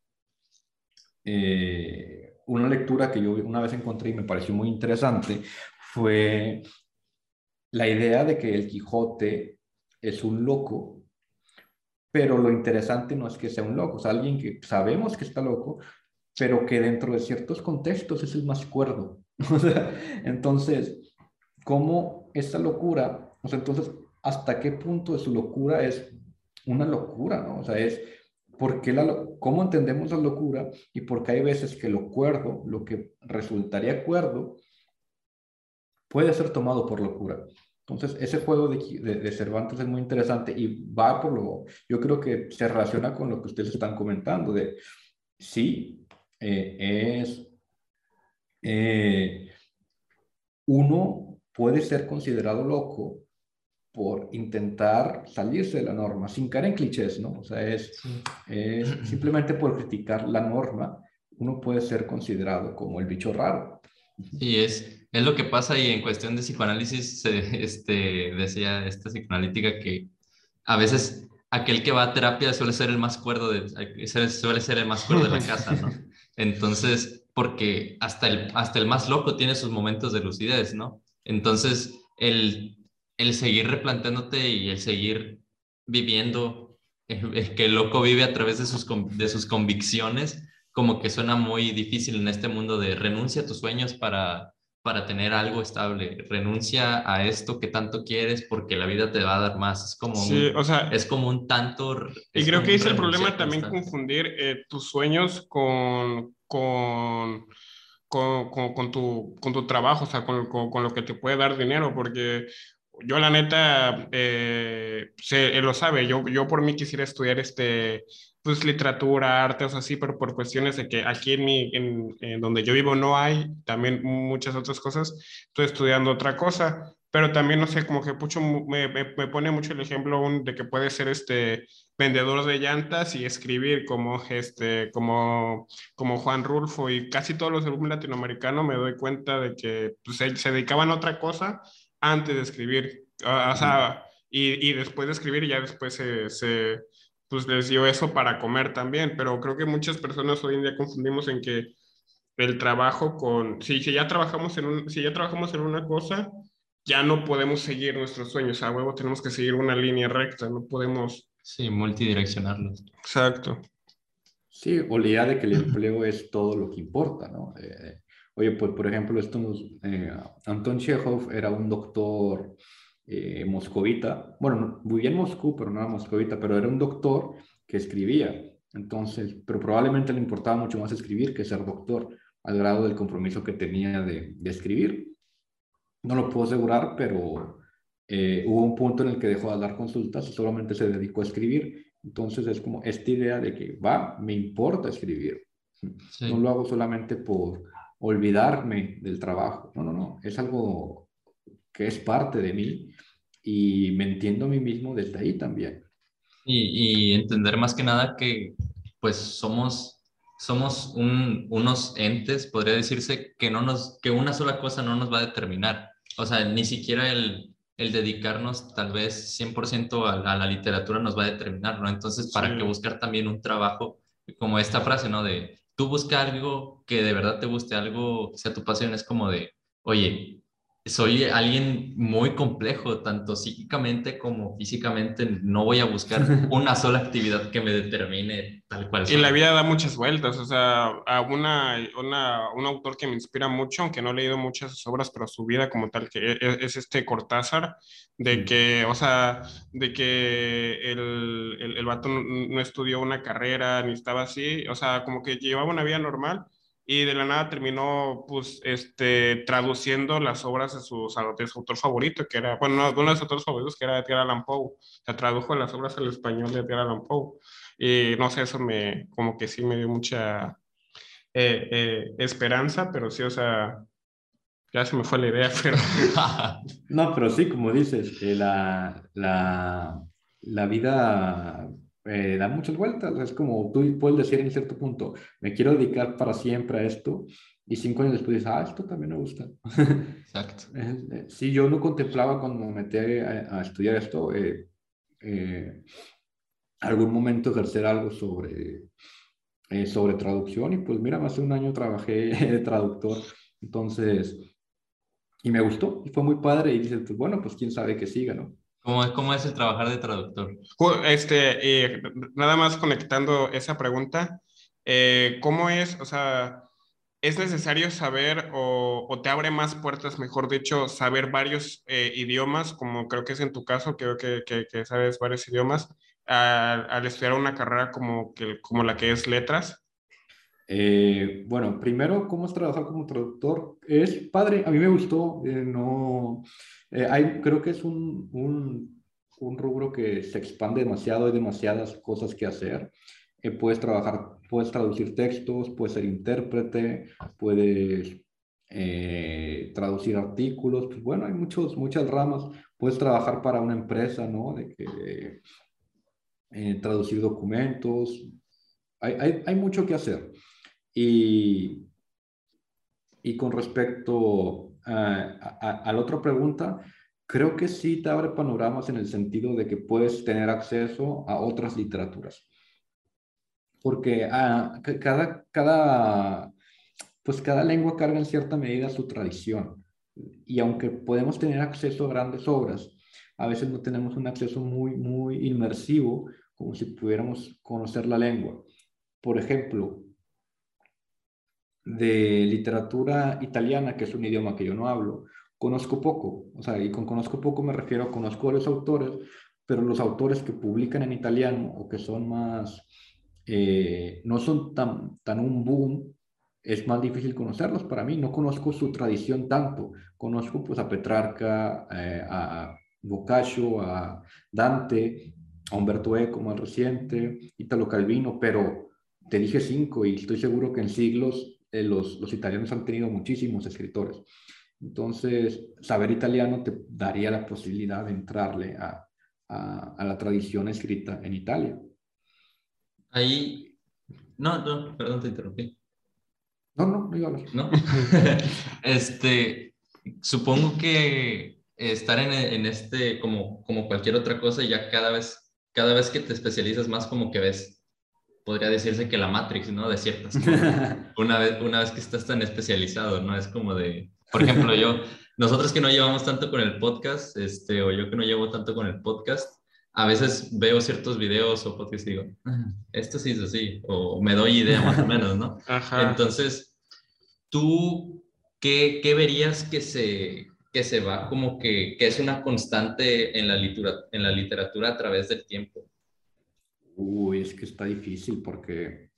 eh, una lectura que yo una vez encontré y me pareció muy interesante fue la idea de que el Quijote es un loco, pero lo interesante no es que sea un loco, es alguien que sabemos que está loco, pero que dentro de ciertos contextos es el más cuerdo. O sea, entonces, ¿cómo esta locura, o sea, entonces, hasta qué punto de su locura es una locura, ¿no? O sea, es por qué la, lo- cómo entendemos la locura y por qué hay veces que lo cuerdo, lo que resultaría cuerdo, puede ser tomado por locura. Entonces, ese juego de, de, de Cervantes es muy interesante y va por lo, yo creo que se relaciona con lo que ustedes están comentando, de sí, eh, es, eh, uno puede ser considerado loco por intentar salirse de la norma, sin caer en clichés, ¿no? O sea, es, Sí. es simplemente por criticar la norma, uno puede ser considerado como el bicho raro. Sí, es, es lo que pasa y en cuestión de psicoanálisis, se, este, decía esta psicoanalítica que a veces aquel que va a terapia suele ser el más cuerdo de, suele ser el más cuerdo de la casa, ¿no? Entonces, porque hasta el, hasta el más loco tiene sus momentos de lucidez, ¿no? Entonces, el, el seguir replanteándote y el seguir viviendo, el, el que el loco vive a través de sus, con- de sus convicciones, como que suena muy difícil en este mundo de renuncia a tus sueños para, para tener algo estable, renuncia a esto que tanto quieres porque la vida te va a dar más. Es como Sí, o un, sea, es como un tanto, y es creo como que un es el problema renunciar también constante. confundir eh, tus sueños con, con, con, con, con tu, con tu trabajo, o sea, con, con, con lo que te puede dar dinero, porque yo la neta, eh, sé, él lo sabe, yo, yo por mí quisiera estudiar este, pues literatura, arte, o sea, así, pero por cuestiones de que aquí en, mi, en, en donde yo vivo no hay, también muchas otras cosas, estoy estudiando otra cosa. Pero también, no sé, como que mucho, me, me, me pone mucho el ejemplo un- de que puede ser este vendedor de llantas y escribir como, este, como, como Juan Rulfo y casi todos los del boom latinoamericano me doy cuenta de que pues, se, se dedicaban a otra cosa antes de escribir. Ah, o sea, y, y después de escribir ya después se, se, pues les dio eso para comer también, pero creo que muchas personas hoy en día confundimos en que el trabajo con, si, si ya trabajamos en un, si ya trabajamos en una cosa, ya no podemos seguir nuestros sueños, a huevo tenemos que seguir una línea recta, no podemos. Sí, multidireccionarlos. Exacto. Sí, o la idea de que el empleo es todo lo que importa, ¿no? Eh, oye, pues por ejemplo, esto nos, eh, Anton Chekhov era un doctor eh, moscovita, bueno, no- vivía en Moscú, pero no era moscovita, pero era un doctor que escribía, entonces, pero probablemente le importaba mucho más escribir que ser doctor, al grado del compromiso que tenía de, de escribir. No lo puedo asegurar, pero eh, hubo un punto en el que dejó de dar consultas y solamente se dedicó a escribir. Entonces es como esta idea de que va, me importa escribir. No Sí. lo hago solamente por olvidarme del trabajo. No, no, no. Es algo que es parte de mí y me entiendo a mí mismo desde ahí también. Y, y entender más que nada que pues somos, somos un- unos entes, podría decirse, que, no nos, que una sola cosa no nos va a determinar. O sea, ni siquiera el, el dedicarnos tal vez cien por ciento a, a la literatura nos va a determinar, ¿no? Entonces, Sí, ¿para qué buscar también un trabajo como esta frase, ¿no? De tú busca algo que de verdad te guste, algo que sea tu pasión, es como de, oye, soy alguien muy complejo, tanto psíquicamente como físicamente. No voy a buscar una sola actividad que me determine tal cual y la soy. vida da muchas vueltas, o sea, a una, una, un autor que me inspira mucho, aunque no he leído muchas de sus obras, pero su vida como tal, que es, es este Cortázar, de Mm. que, o sea, de que el, el, el vato no, no estudió una carrera, ni estaba así, o sea, como que llevaba una vida normal y de la nada terminó, pues, este, traduciendo las obras de su, de su autor favorito, que era, bueno, no, uno de sus autores favoritos, que era Edgar Allan Poe, o sea, tradujo las obras al español de Edgar Allan Poe. Y no sé, eso me, como que sí me dio mucha eh, eh, esperanza, pero sí, o sea, ya se me fue la idea, pero No, pero sí, como dices, eh, la, la, la vida eh, da muchas vueltas. Es como tú puedes decir en cierto punto, me quiero dedicar para siempre a esto, y cinco años después dices, ah, esto también me gusta. Exacto. Eh, eh, Sí, yo no contemplaba cuando me metí a, a estudiar esto, eh, eh, algún momento ejercer algo sobre, eh, sobre traducción, y pues mira, hace un año trabajé de traductor, entonces, y me gustó, y fue muy padre, y dices, pues bueno, pues quién sabe que siga, ¿no? ¿Cómo, es- cómo es el trabajar de traductor? Ju- este, eh, nada más conectando esa pregunta, eh, ¿cómo es, o sea, es necesario saber o, o te abre más puertas, mejor dicho, saber varios eh, idiomas, como creo que es en tu caso, creo que, que, que sabes varios idiomas, al, al estudiar una carrera como, que, como la que es letras? Eh, bueno, primero, ¿cómo es trabajar como traductor? Es padre, a mí me gustó, eh, no, eh, hay, creo que es un, un, un rubro que se expande demasiado, hay demasiadas cosas que hacer. Eh, puedes trabajar, puedes traducir textos, puedes ser intérprete, puedes eh, traducir artículos, pues bueno, hay muchos, muchas ramas. Puedes trabajar para una empresa, ¿no? De que eh, traducir documentos, hay, hay, hay mucho que hacer. Y, y con respecto a, a, a la otra pregunta, creo que sí te abre panoramas en el sentido de que puedes tener acceso a otras literaturas. Porque ah, ca- cada, cada, pues cada lengua carga en cierta medida su tradición. Y aunque podemos tener acceso a grandes obras, a veces no tenemos un acceso muy, muy inmersivo, como si pudiéramos conocer la lengua. Por ejemplo, de literatura italiana, que es un idioma que yo no hablo, conozco poco. O sea, y con conozco poco me refiero a conozco a los autores, pero los autores que publican en italiano o que son más, eh, no son tan, tan un boom, es más difícil conocerlos para mí. No conozco su tradición tanto. Conozco pues a Petrarca, eh, a Boccaccio, a Dante, a Umberto Eco más reciente, Italo Calvino, pero te dije cinco y estoy seguro que en siglos eh, los, los italianos han tenido muchísimos escritores. Entonces, saber italiano te daría la posibilidad de entrarle a, a, a la tradición escrita en Italia. Ahí, no, no, perdón, te interrumpí. No, no, no iba a hablar. ¿No? Este, supongo que estar en, en este, como, como cualquier otra cosa, ya cada vez, cada vez que te especializas más, como que ves, podría decirse que la Matrix, ¿no? De ciertas cosas. Una vez, una vez que estás tan especializado, ¿no? Es como de, por ejemplo, yo, nosotros que no llevamos tanto con el podcast, este, o yo que no llevo tanto con el podcast, a veces veo ciertos videos o podcasts y digo, "Ah, esto sí es así, o me doy idea más o menos, ¿no? Ajá. Entonces, ¿tú qué, qué verías que se, que se va como que, que es una constante en la literatura, en la literatura a través del tiempo? Uy, es que está difícil porque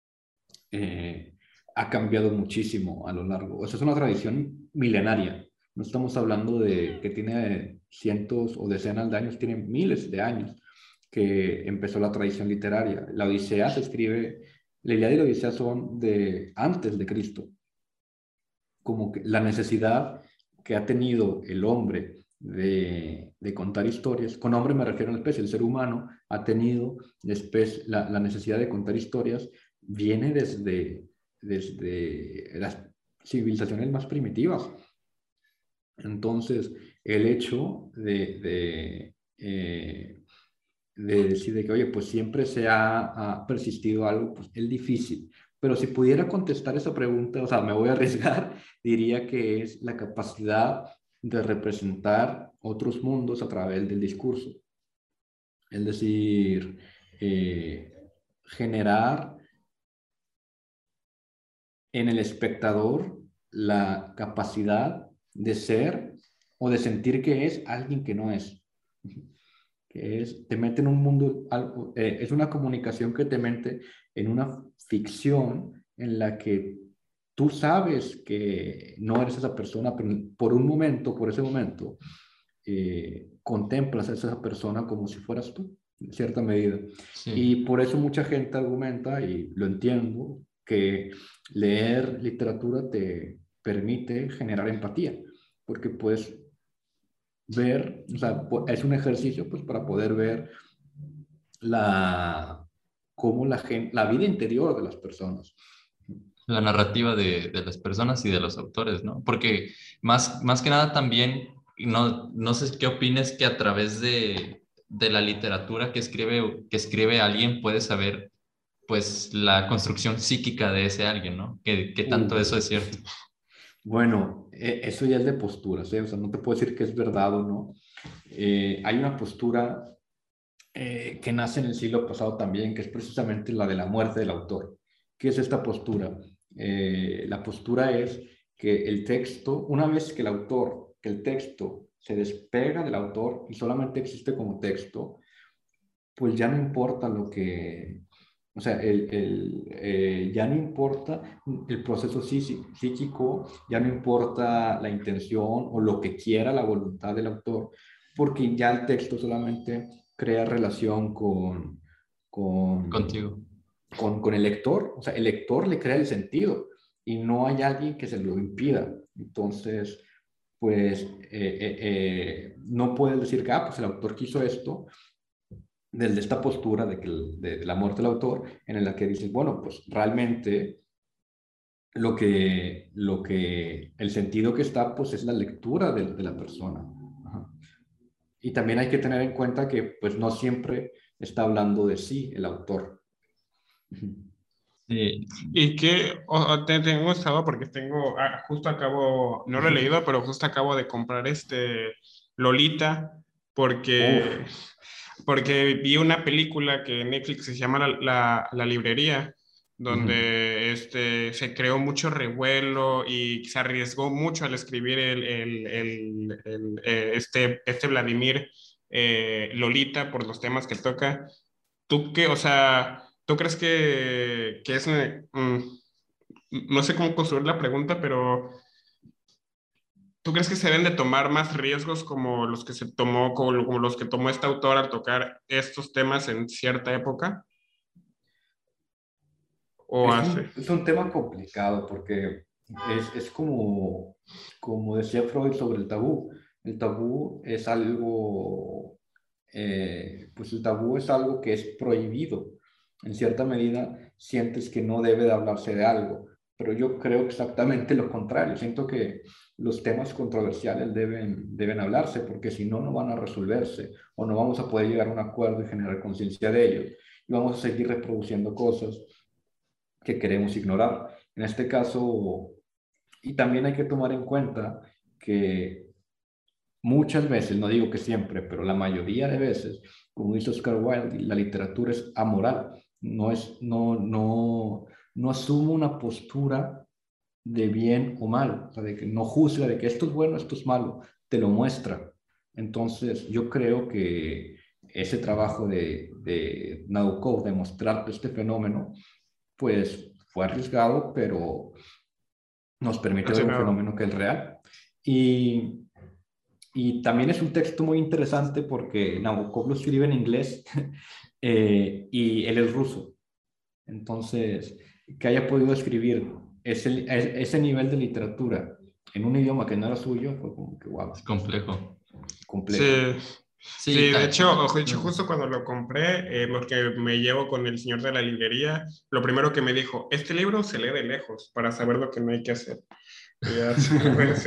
eh, ha cambiado muchísimo a lo largo. O sea, es una tradición milenaria, No estamos hablando de que tiene cientos o decenas de años, tiene miles de años que empezó la tradición literaria. La Odisea se escribe, la Ilíada y la Odisea son de antes de Cristo. Como que la necesidad que ha tenido el hombre de, de contar historias, con hombre me refiero a la especie, el ser humano ha tenido especie, la, la necesidad de contar historias, viene desde, desde las civilizaciones más primitivas. Entonces, el hecho de, de, eh, de decir de que, oye, pues siempre se ha, ha persistido algo, pues es difícil. Pero si pudiera contestar esa pregunta, o sea, me voy a arriesgar, diría que es la capacidad de representar otros mundos a través del discurso. Es decir, eh, generar en el espectador la capacidad de ser o de sentir que es alguien que no es. Que es, te mete en un mundo, algo, eh, es una comunicación que te mete en una ficción en la que tú sabes que no eres esa persona, pero por un momento, por ese momento, eh, contemplas a esa persona como si fueras tú, en cierta medida. Sí. Y por eso mucha gente argumenta, y lo entiendo, que leer literatura te permite generar empatía, porque puedes ver, o sea, es un ejercicio pues para poder ver la, cómo la, gente, la vida interior de las personas. La narrativa de, de las personas y de los autores, ¿no? Porque más, más que nada también, no, no sé qué opines que a través de, de la literatura que escribe, que escribe alguien puedes saber pues la construcción psíquica de ese alguien, ¿no? ¿Qué, qué tanto Uh, eso es cierto? bueno, eh, eso ya es de posturas, ¿eh? O sea, no te puedo decir que es verdad o no. Eh, hay una postura eh, que nace en el siglo pasado también, que es precisamente la de la muerte del autor. ¿Qué es esta postura? Eh, la postura es que el texto, una vez que el autor, que el texto se despega del autor y solamente existe como texto, pues ya no importa lo que, o sea, el, el, eh, ya no importa el proceso psíquico, ya no importa la intención o lo que quiera la voluntad del autor, porque ya el texto solamente crea relación con, con, Contigo. con, con el lector, o sea, el lector le crea el sentido y no hay alguien que se lo impida. Entonces, pues eh, eh, eh, no puedes decir que, ah, pues el autor quiso esto, desde esta postura de, que el, de, de la muerte del autor, en la que dices, bueno, pues realmente lo que, lo que, el sentido que está, pues es la lectura de, de la persona. Ajá. Y también hay que tener en cuenta que, pues no siempre está hablando de sí el autor. Sí. Y que o, te, tengo estado porque tengo, ah, justo acabo, no lo he leído, pero justo acabo de comprar este Lolita porque, Uf. porque vi una película que en Netflix se llama La, la, La Librería, Uh-huh. donde este, se creó mucho revuelo y se arriesgó mucho al escribir el, el, el, el, eh, este, este Vladimir eh, Lolita por los temas que toca. ¿Tú qué, o sea... ¿Tú crees que, que es, eh, mm, no sé cómo construir la pregunta, pero ¿tú crees que se deben de tomar más riesgos como los que se tomó, como, como los que tomó este autor al tocar estos temas en cierta época? ¿O Es hace? un, es un tema complicado porque es, es como, como decía Freud sobre el tabú. El tabú es algo, eh, pues el tabú es algo que es prohibido. En cierta medida sientes que no debe de hablarse de algo, pero yo creo exactamente lo contrario. Siento que los temas controversiales deben, deben hablarse porque si no, no van a resolverse o no vamos a poder llegar a un acuerdo y generar conciencia de ellos. Y vamos a seguir reproduciendo cosas que queremos ignorar. En este caso, y también hay que tomar en cuenta que muchas veces, no digo que siempre, pero la mayoría de veces, como dice Oscar Wilde, la literatura es amoral, no, es, no, no, no asume una postura de bien o mal, o sea, de que no juzga de que esto es bueno, esto es malo, te lo muestra. Entonces, yo creo que ese trabajo de, de Nabokov, de mostrar este fenómeno, pues fue arriesgado, pero nos permite Así ver un no. fenómeno que es real. Y, y también es un texto muy interesante porque Nabokov lo escribe en inglés eh, y él es ruso. Entonces, que haya podido escribir ese, ese nivel de literatura en un idioma que no era suyo, fue como que wow, Es complejo. complejo. Sí, sí, Sí, de ta- hecho, de hecho, justo cuando lo compré, eh, porque me llevo con el señor de la librería, lo primero que me dijo, este libro se lee de lejos para saber lo que no hay que hacer. Y ya, sí, sí.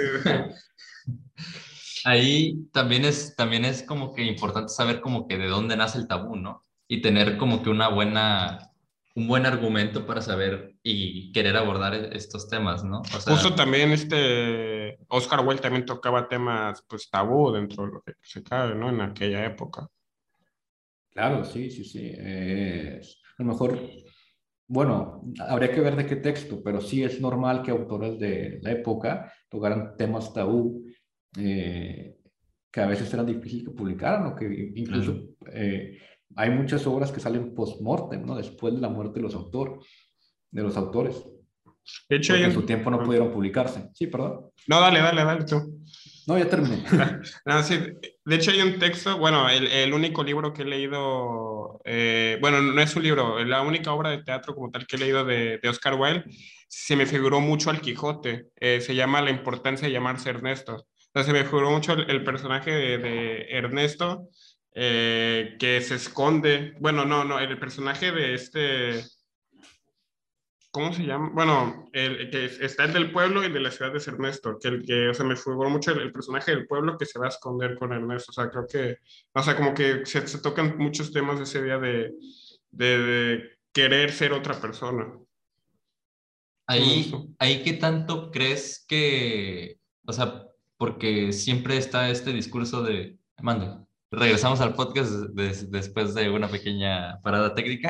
ahí también es, también es como que importante saber como que de dónde nace el tabú, ¿no? Y tener como que una buena, un buen argumento para saber y querer abordar e- estos temas, ¿no? O Justo sea, también este Oscar Wilde también tocaba temas pues tabú dentro de lo que se cabe, ¿no? En aquella época. Claro, sí, sí, sí. Es, a lo mejor, bueno, habría que ver de qué texto, pero sí es normal que autores de la época tocaran temas tabú eh, que a veces eran difíciles que publicaran o que claro. incluso eh, hay muchas obras que salen post-mortem, ¿no? Después de la muerte de los, autor, de los autores, De hecho, hay porque en su un... tiempo no pudieron publicarse. Sí, perdón. No, dale, dale, dale tú. No, ya terminé. Ah, no, sí, de hecho hay un texto, bueno, el, el único libro que he leído, eh, bueno, no es un libro, la única obra de teatro como tal que he leído de, de Oscar Wilde, se me figuró mucho al Quijote, eh, se llama La importancia de llamarse Ernesto. O sea, se me figuró mucho el, el personaje de, de Ernesto, eh, que se esconde, bueno, no, no, el personaje de este... ¿Cómo se llama? Bueno, el que está el del pueblo y el de la ciudad es Ernesto, que el que, o sea, me figuró mucho el, el personaje del pueblo que se va a esconder con Ernesto, o sea, creo que, o sea, como que se, se tocan muchos temas de ese día de, de, de querer ser otra persona. Sí, me gustó. Ahí, ahí qué tanto crees que, o sea, porque siempre está este discurso de, mande, regresamos al podcast des- después de una pequeña parada técnica.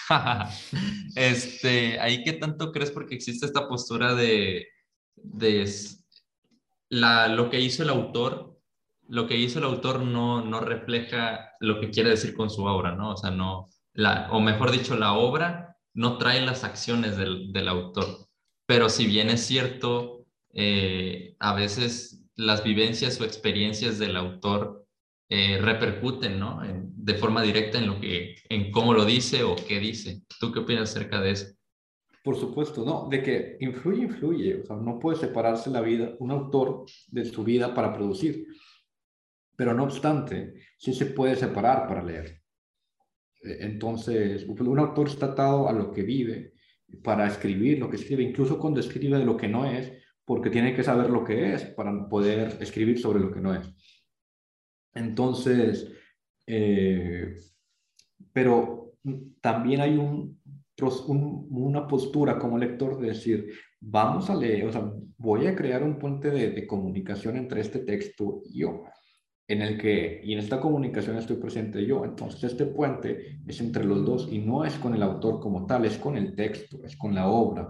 Este, ahí qué tanto crees porque existe esta postura de, de s- la, lo que hizo el autor, lo que hizo el autor no, no refleja lo que quiere decir con su obra, ¿no? O sea, no, la, o mejor dicho, la obra no trae las acciones del, del autor. Pero si bien es cierto, eh, a veces las vivencias o experiencias del autor eh, repercuten, ¿no? En- de forma directa en lo que, en cómo lo dice o qué dice. ¿Tú qué opinas acerca de eso? Por supuesto, no, de que influye, influye, o sea, no puede separarse la vida, un autor de su vida para producir, pero no obstante, sí se puede separar para leer. Eh, Entonces, un autor está atado a lo que vive para escribir lo que escribe, incluso cuando escribe de lo que no es, porque tiene que saber lo que es para poder escribir sobre lo que no es. Entonces, eh, pero también hay un, un, una postura como lector de decir, vamos a leer, o sea, voy a crear un puente de, de comunicación entre este texto y yo, en el que, y en esta comunicación estoy presente yo. Entonces, este puente es entre los dos y no es con el autor como tal, es con el texto, es con la obra.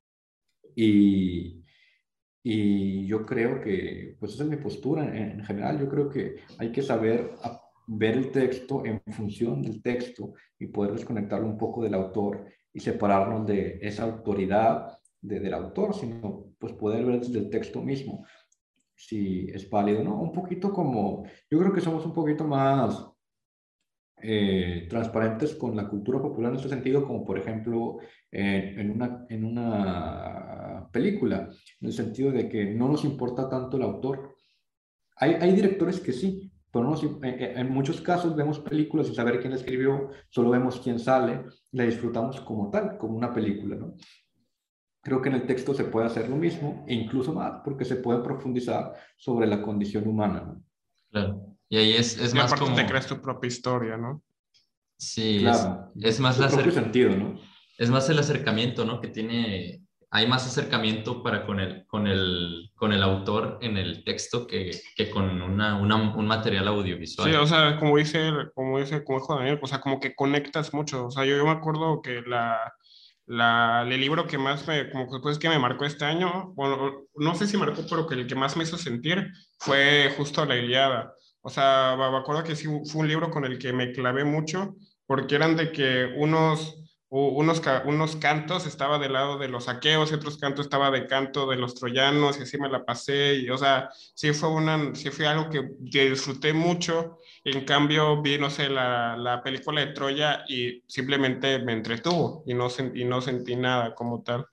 Y, y yo creo que, pues esa es mi postura en, en general. Yo creo que hay que saber a- ver el texto en función del texto y poder desconectarlo un poco del autor y separarnos de esa autoridad de, del autor, sino pues poder ver desde el texto mismo si es válido, ¿no? Un poquito como, yo creo que somos un poquito más eh, transparentes con la cultura popular en este sentido, como por ejemplo eh, en, una, en una película, en el sentido de que no nos importa tanto el autor. Hay, hay directores que sí, pero no nos, en, en muchos casos vemos películas sin saber quién la escribió, solo vemos quién sale, y la disfrutamos como tal, como una película, ¿no? Creo que en el texto se puede hacer lo mismo e incluso más, porque se puede profundizar sobre la condición humana, ¿no? Claro. Y ahí es, es Y más aparte te creas como, tu propia historia, ¿no? sí, es, Claro, es más tu la propio cer- sentido, ¿no? es más el acercamiento, ¿no? Que tiene, hay más acercamiento para con el, con el, con el autor en el texto que, que con una, una- un material Sí, o audiovisual. sea, como dice, como dice, como dijo Daniel, o sea, como que conectas mucho. O sea, yo, yo me acuerdo que la, la, el libro que más me, como que pues que me marcó este año, bueno, no sé si marcó, pero que el que más me hizo sentir fue justo La Ilíada. O sea, me me acuerdo que sí fue un libro con el que me clavé mucho, porque eran de que unos, unos, unos cantos estaba del lado de los aqueos y otros cantos estaba de canto de los troyanos y así me la pasé y o sea, sí fue, una, sí fue algo que, que disfruté mucho. En cambio vi, no sé, la, la película de Troya y simplemente me entretuvo y no, y no sentí nada como tal.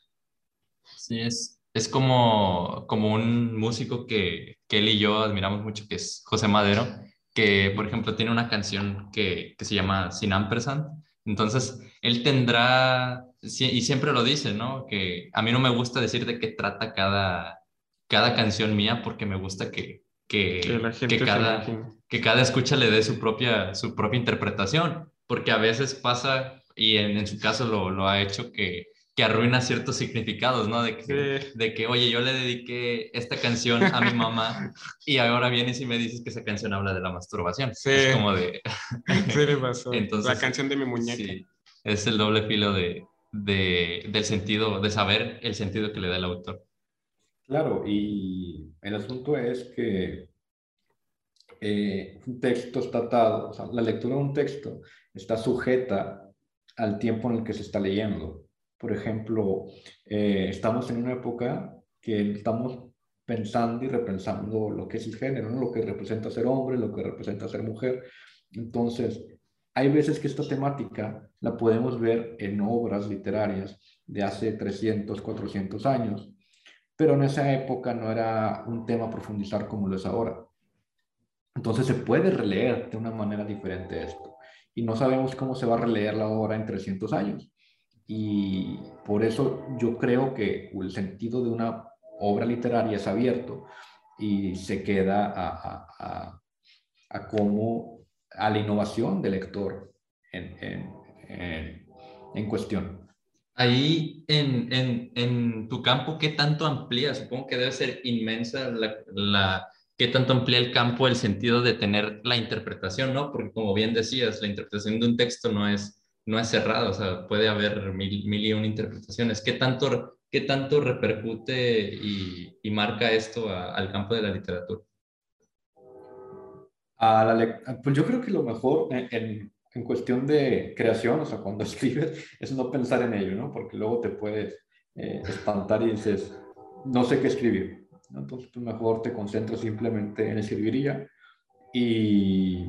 Sí, es, es como, como un músico que, que él y yo admiramos mucho, que es José Madero, que por ejemplo tiene una canción que, que se llama Sin Ampersand. Entonces, él tendrá, sí, y siempre lo dice, ¿no? Que a mí no me gusta decir de qué trata cada, cada canción mía porque me gusta que, Que la que, que gente se cada, imagina. que cada escucha le dé su propia, su propia interpretación, porque a veces pasa, y en, en su caso lo, lo ha hecho, que que arruina ciertos significados, ¿no? De que, Sí. de que, oye, yo le dediqué esta canción a mi mamá y ahora vienes y me dices que esa canción habla de la masturbación. Sí, Es como de... sí le pasó. La Entonces, canción de mi muñeca. sí, es el doble filo de, de, del sentido, de saber el sentido que le da el autor. Claro, y el asunto es que eh, un texto está atado, o sea, la lectura de un texto está sujeta al tiempo en el que se está leyendo. Por ejemplo, eh, estamos en una época que estamos pensando y repensando lo que es el género, ¿no? Lo que representa ser hombre, lo que representa ser mujer. Entonces, hay veces que esta temática la podemos ver en obras literarias de hace trescientos, cuatrocientos años, pero en esa época no era un tema a profundizar como lo es ahora. Entonces se puede releer de una manera diferente esto. Y no sabemos cómo se va a releer la obra en trescientos años. Y por eso yo creo que el sentido de una obra literaria es abierto y se queda a, a, a, a cómo, a la innovación del lector en, en, en, en cuestión. Ahí en, en, en tu campo, ¿qué tanto amplía? Supongo que debe ser inmensa la, la, qué tanto amplía el campo el sentido de tener la interpretación, ¿no? Porque como bien decías, la interpretación de un texto no es, no es cerrada, o sea, puede haber mil, mil y una interpretaciones. ¿Qué tanto, qué tanto repercute y, y marca esto a, al campo de la literatura? A la pues yo creo que lo mejor en, en, en, cuestión de creación, o sea, cuando escribes, es no pensar en ello, ¿no? Porque luego te puedes eh, espantar y dices, no sé qué escribir, ¿no? Entonces, pues mejor te concentras simplemente en escribir y ya. Y,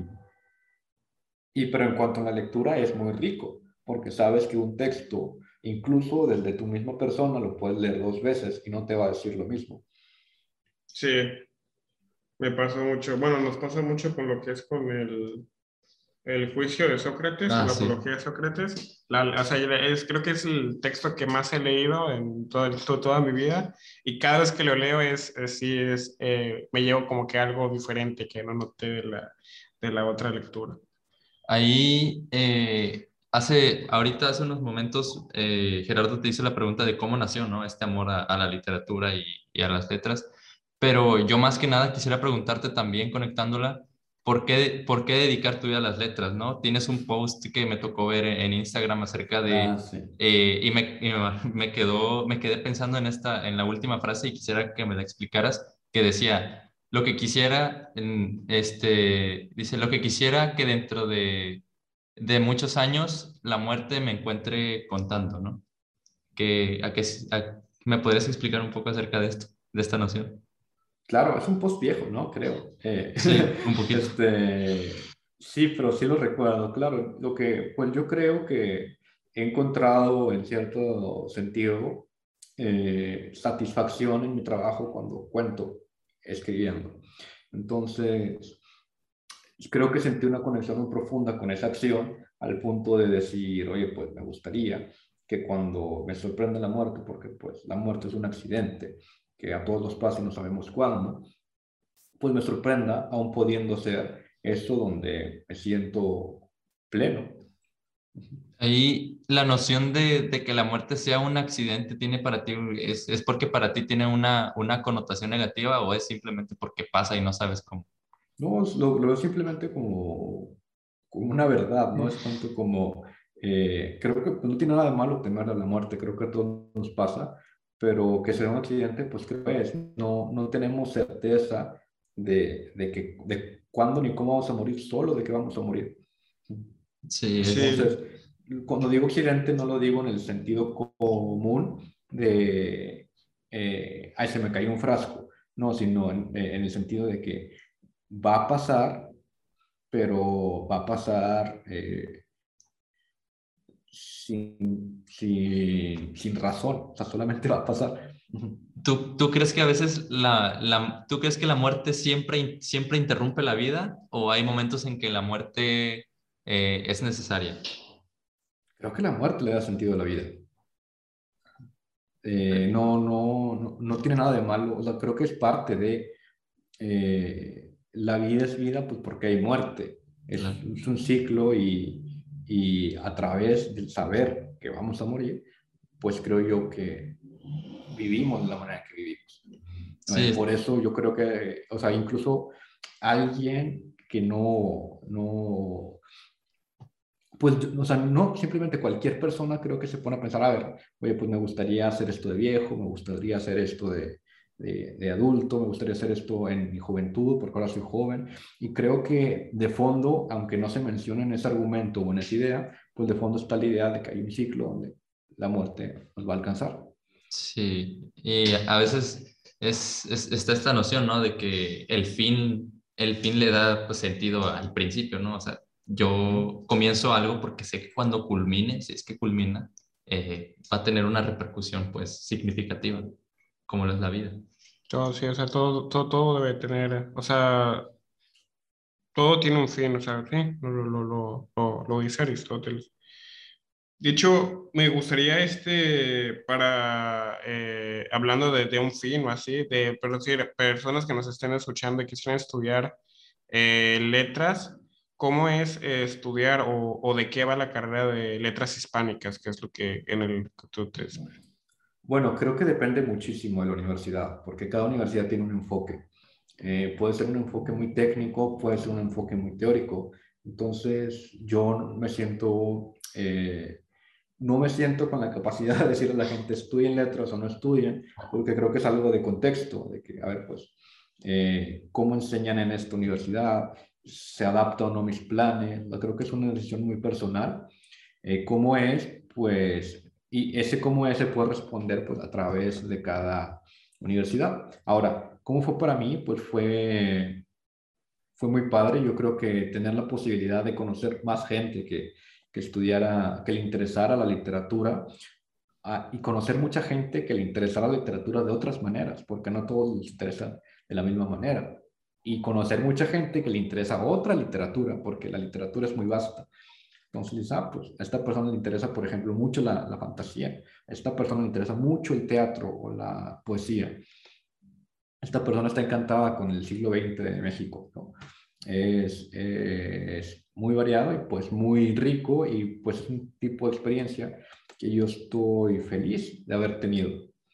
y, pero en cuanto a la lectura, es muy rico, porque sabes que un texto, incluso desde tu misma persona, lo puedes leer dos veces y no te va a decir lo mismo. Sí, me pasó mucho. Bueno, nos pasa mucho con lo que es con el, el juicio de Sócrates o Ah, la sí. apología de Sócrates. La, o sea, es, creo que es el texto que más he leído en todo, to, toda mi vida y cada vez que lo leo es, es, sí, es, eh, me llevo como que algo diferente que no noté de la, de la otra lectura. Ahí, eh, hace, ahorita hace unos momentos, eh, Gerardo te hizo la pregunta de cómo nació, ¿no? Este amor a, a la literatura y, y a las letras. Pero yo más que nada quisiera preguntarte también, conectándola, ¿por qué, por qué dedicar tu vida a las letras, ¿no? Tienes un post que me tocó ver en, en Instagram acerca Ah, de, sí. eh, y me, y me quedó, me quedé pensando en esta, en la última frase y quisiera que me la explicaras, que decía lo que quisiera, en, este, dice, lo que quisiera que dentro de, de muchos años la muerte me encuentre contando, ¿no? Que, a que, a- ¿me podrías explicar un poco acerca de esto, de esta noción? Claro, es un post viejo, ¿no? Creo. Eh, Sí, un poquito. este, sí, pero sí lo recuerdo. Claro, lo que, pues yo creo que he encontrado en cierto sentido eh, satisfacción en mi trabajo cuando cuento escribiendo. Entonces, creo que sentí una conexión muy profunda con esa acción al punto de decir, oye, pues me gustaría que cuando me sorprenda la muerte, porque pues la muerte es un accidente que a todos nos pasa y no sabemos cuándo, pues me sorprenda aún pudiendo ser eso donde me siento pleno. Ahí la noción de, de que la muerte sea un accidente tiene para ti, es, es porque para ti tiene una, una connotación negativa o es simplemente porque pasa y no sabes cómo. No, lo, lo veo simplemente como, como una verdad, no es tanto como, eh, creo que pues, no tiene nada de malo temer a la muerte, creo que a todos nos pasa, pero que sea un accidente, pues creo que es, no, no tenemos certeza de, de, que, de cuándo ni cómo vamos a morir, solo de que vamos a morir. Sí, Entonces, Sí, cuando digo occidente no lo digo en el sentido común de, eh, ay, se me cayó un frasco, no, sino en, en el sentido de que va a pasar, pero va a pasar eh, sin, sin, sin razón, o sea, solamente va a pasar. ¿Tú, tú crees que a veces la, la, tú crees que la muerte siempre, siempre interrumpe la vida o hay momentos en que la muerte eh, es necesaria? Creo que la muerte le da sentido a la vida. Eh, no, no, no, no tiene nada de malo, o sea, creo que es parte de eh, la vida es vida pues porque hay muerte, es, Claro. es un ciclo y, y a través del saber que vamos a morir, pues creo yo que vivimos de la manera que vivimos. Eh, por Sí, eso yo creo que, o sea, incluso alguien que no, no, pues, o sea, no simplemente cualquier persona creo que se pone a pensar, a ver, oye, pues me gustaría hacer esto de viejo, me gustaría hacer esto de, de, de adulto, me gustaría hacer esto en mi juventud, porque ahora soy joven. Y creo que de fondo, aunque no se mencione en ese argumento o en esa idea, pues de fondo está la idea de que hay un ciclo donde la muerte nos va a alcanzar. sí. Y a veces es, es- está esta noción, ¿no? De que el fin, el fin le da pues, sentido al principio, ¿no? O sea, yo comienzo algo porque sé que cuando culmine, si es que culmina, eh, va a tener una repercusión pues significativa, como lo es la vida. Todo, sí, o sea, todo, todo, todo debe tener, o sea, todo tiene un fin, o sea, sí, lo, lo, lo, lo, lo lo dice Aristóteles. De hecho, me gustaría, este, para, eh, hablando de, de un fin o así, de pero sí, personas que nos estén escuchando y quisieran estudiar eh, letras, ¿cómo es eh, estudiar o, o de qué va la carrera de letras hispánicas, que es lo que en el que tú te... Bueno, creo que depende muchísimo de la universidad, porque cada universidad tiene un enfoque. Eh, puede ser un enfoque muy técnico, puede ser un enfoque muy teórico. Entonces, yo me siento, eh, no me siento con la capacidad de decirle a la gente estudien letras o no estudien, porque creo que es algo de contexto, de que, a ver, pues, eh, cómo enseñan en esta universidad, se adapta o no mis planes. Yo creo que es una decisión muy personal. Eh, ¿cómo es? Pues, y ese cómo es se puede responder pues, a través de cada universidad. Ahora, ¿cómo fue para mí? Pues fue, fue muy padre. Yo creo que tener la posibilidad de conocer más gente que, que estudiara, que le interesara la literatura, ah, y conocer mucha gente que le interesara la literatura de otras maneras, porque no todos les interesa de la misma manera. Y conocer mucha gente que le interesa otra literatura, porque la literatura es muy vasta. Entonces, ah, pues a esta persona le interesa, por ejemplo, mucho la, la fantasía, a esta persona le interesa mucho el teatro o la poesía, esta persona está encantada con el siglo veinte de México, ¿no? Es, eh, es muy variado y pues muy rico y pues es un tipo de experiencia que yo estoy feliz de haber tenido.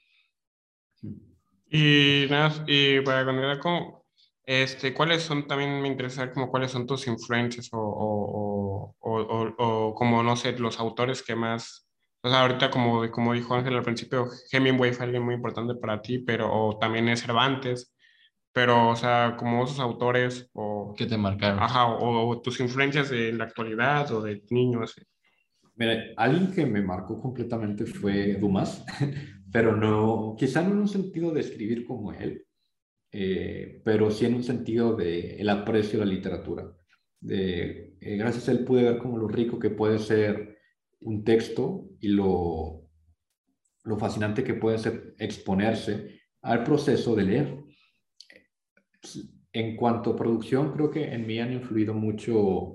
Y nada, y para continuar con, este, ¿cuáles son, también me interesa como cuáles son tus influencias o, o, o, o, o, o como, no sé, los autores que más, o sea, ahorita como, como dijo Ángel al principio, Hemingway fue alguien muy importante para ti, pero o también es Cervantes, pero, o sea, como esos autores o, ¿Qué te marcaron? ajá, o, o tus influencias de la actualidad o de niños. Mira, alguien que me marcó completamente fue Dumas, pero no, quizá no en un sentido de escribir como él, eh, pero sí en un sentido de el aprecio a la literatura. De, eh, gracias a él pude ver como lo rico que puede ser un texto y lo, lo fascinante que puede ser exponerse al proceso de leer. En cuanto a producción, creo que en mí han influido mucho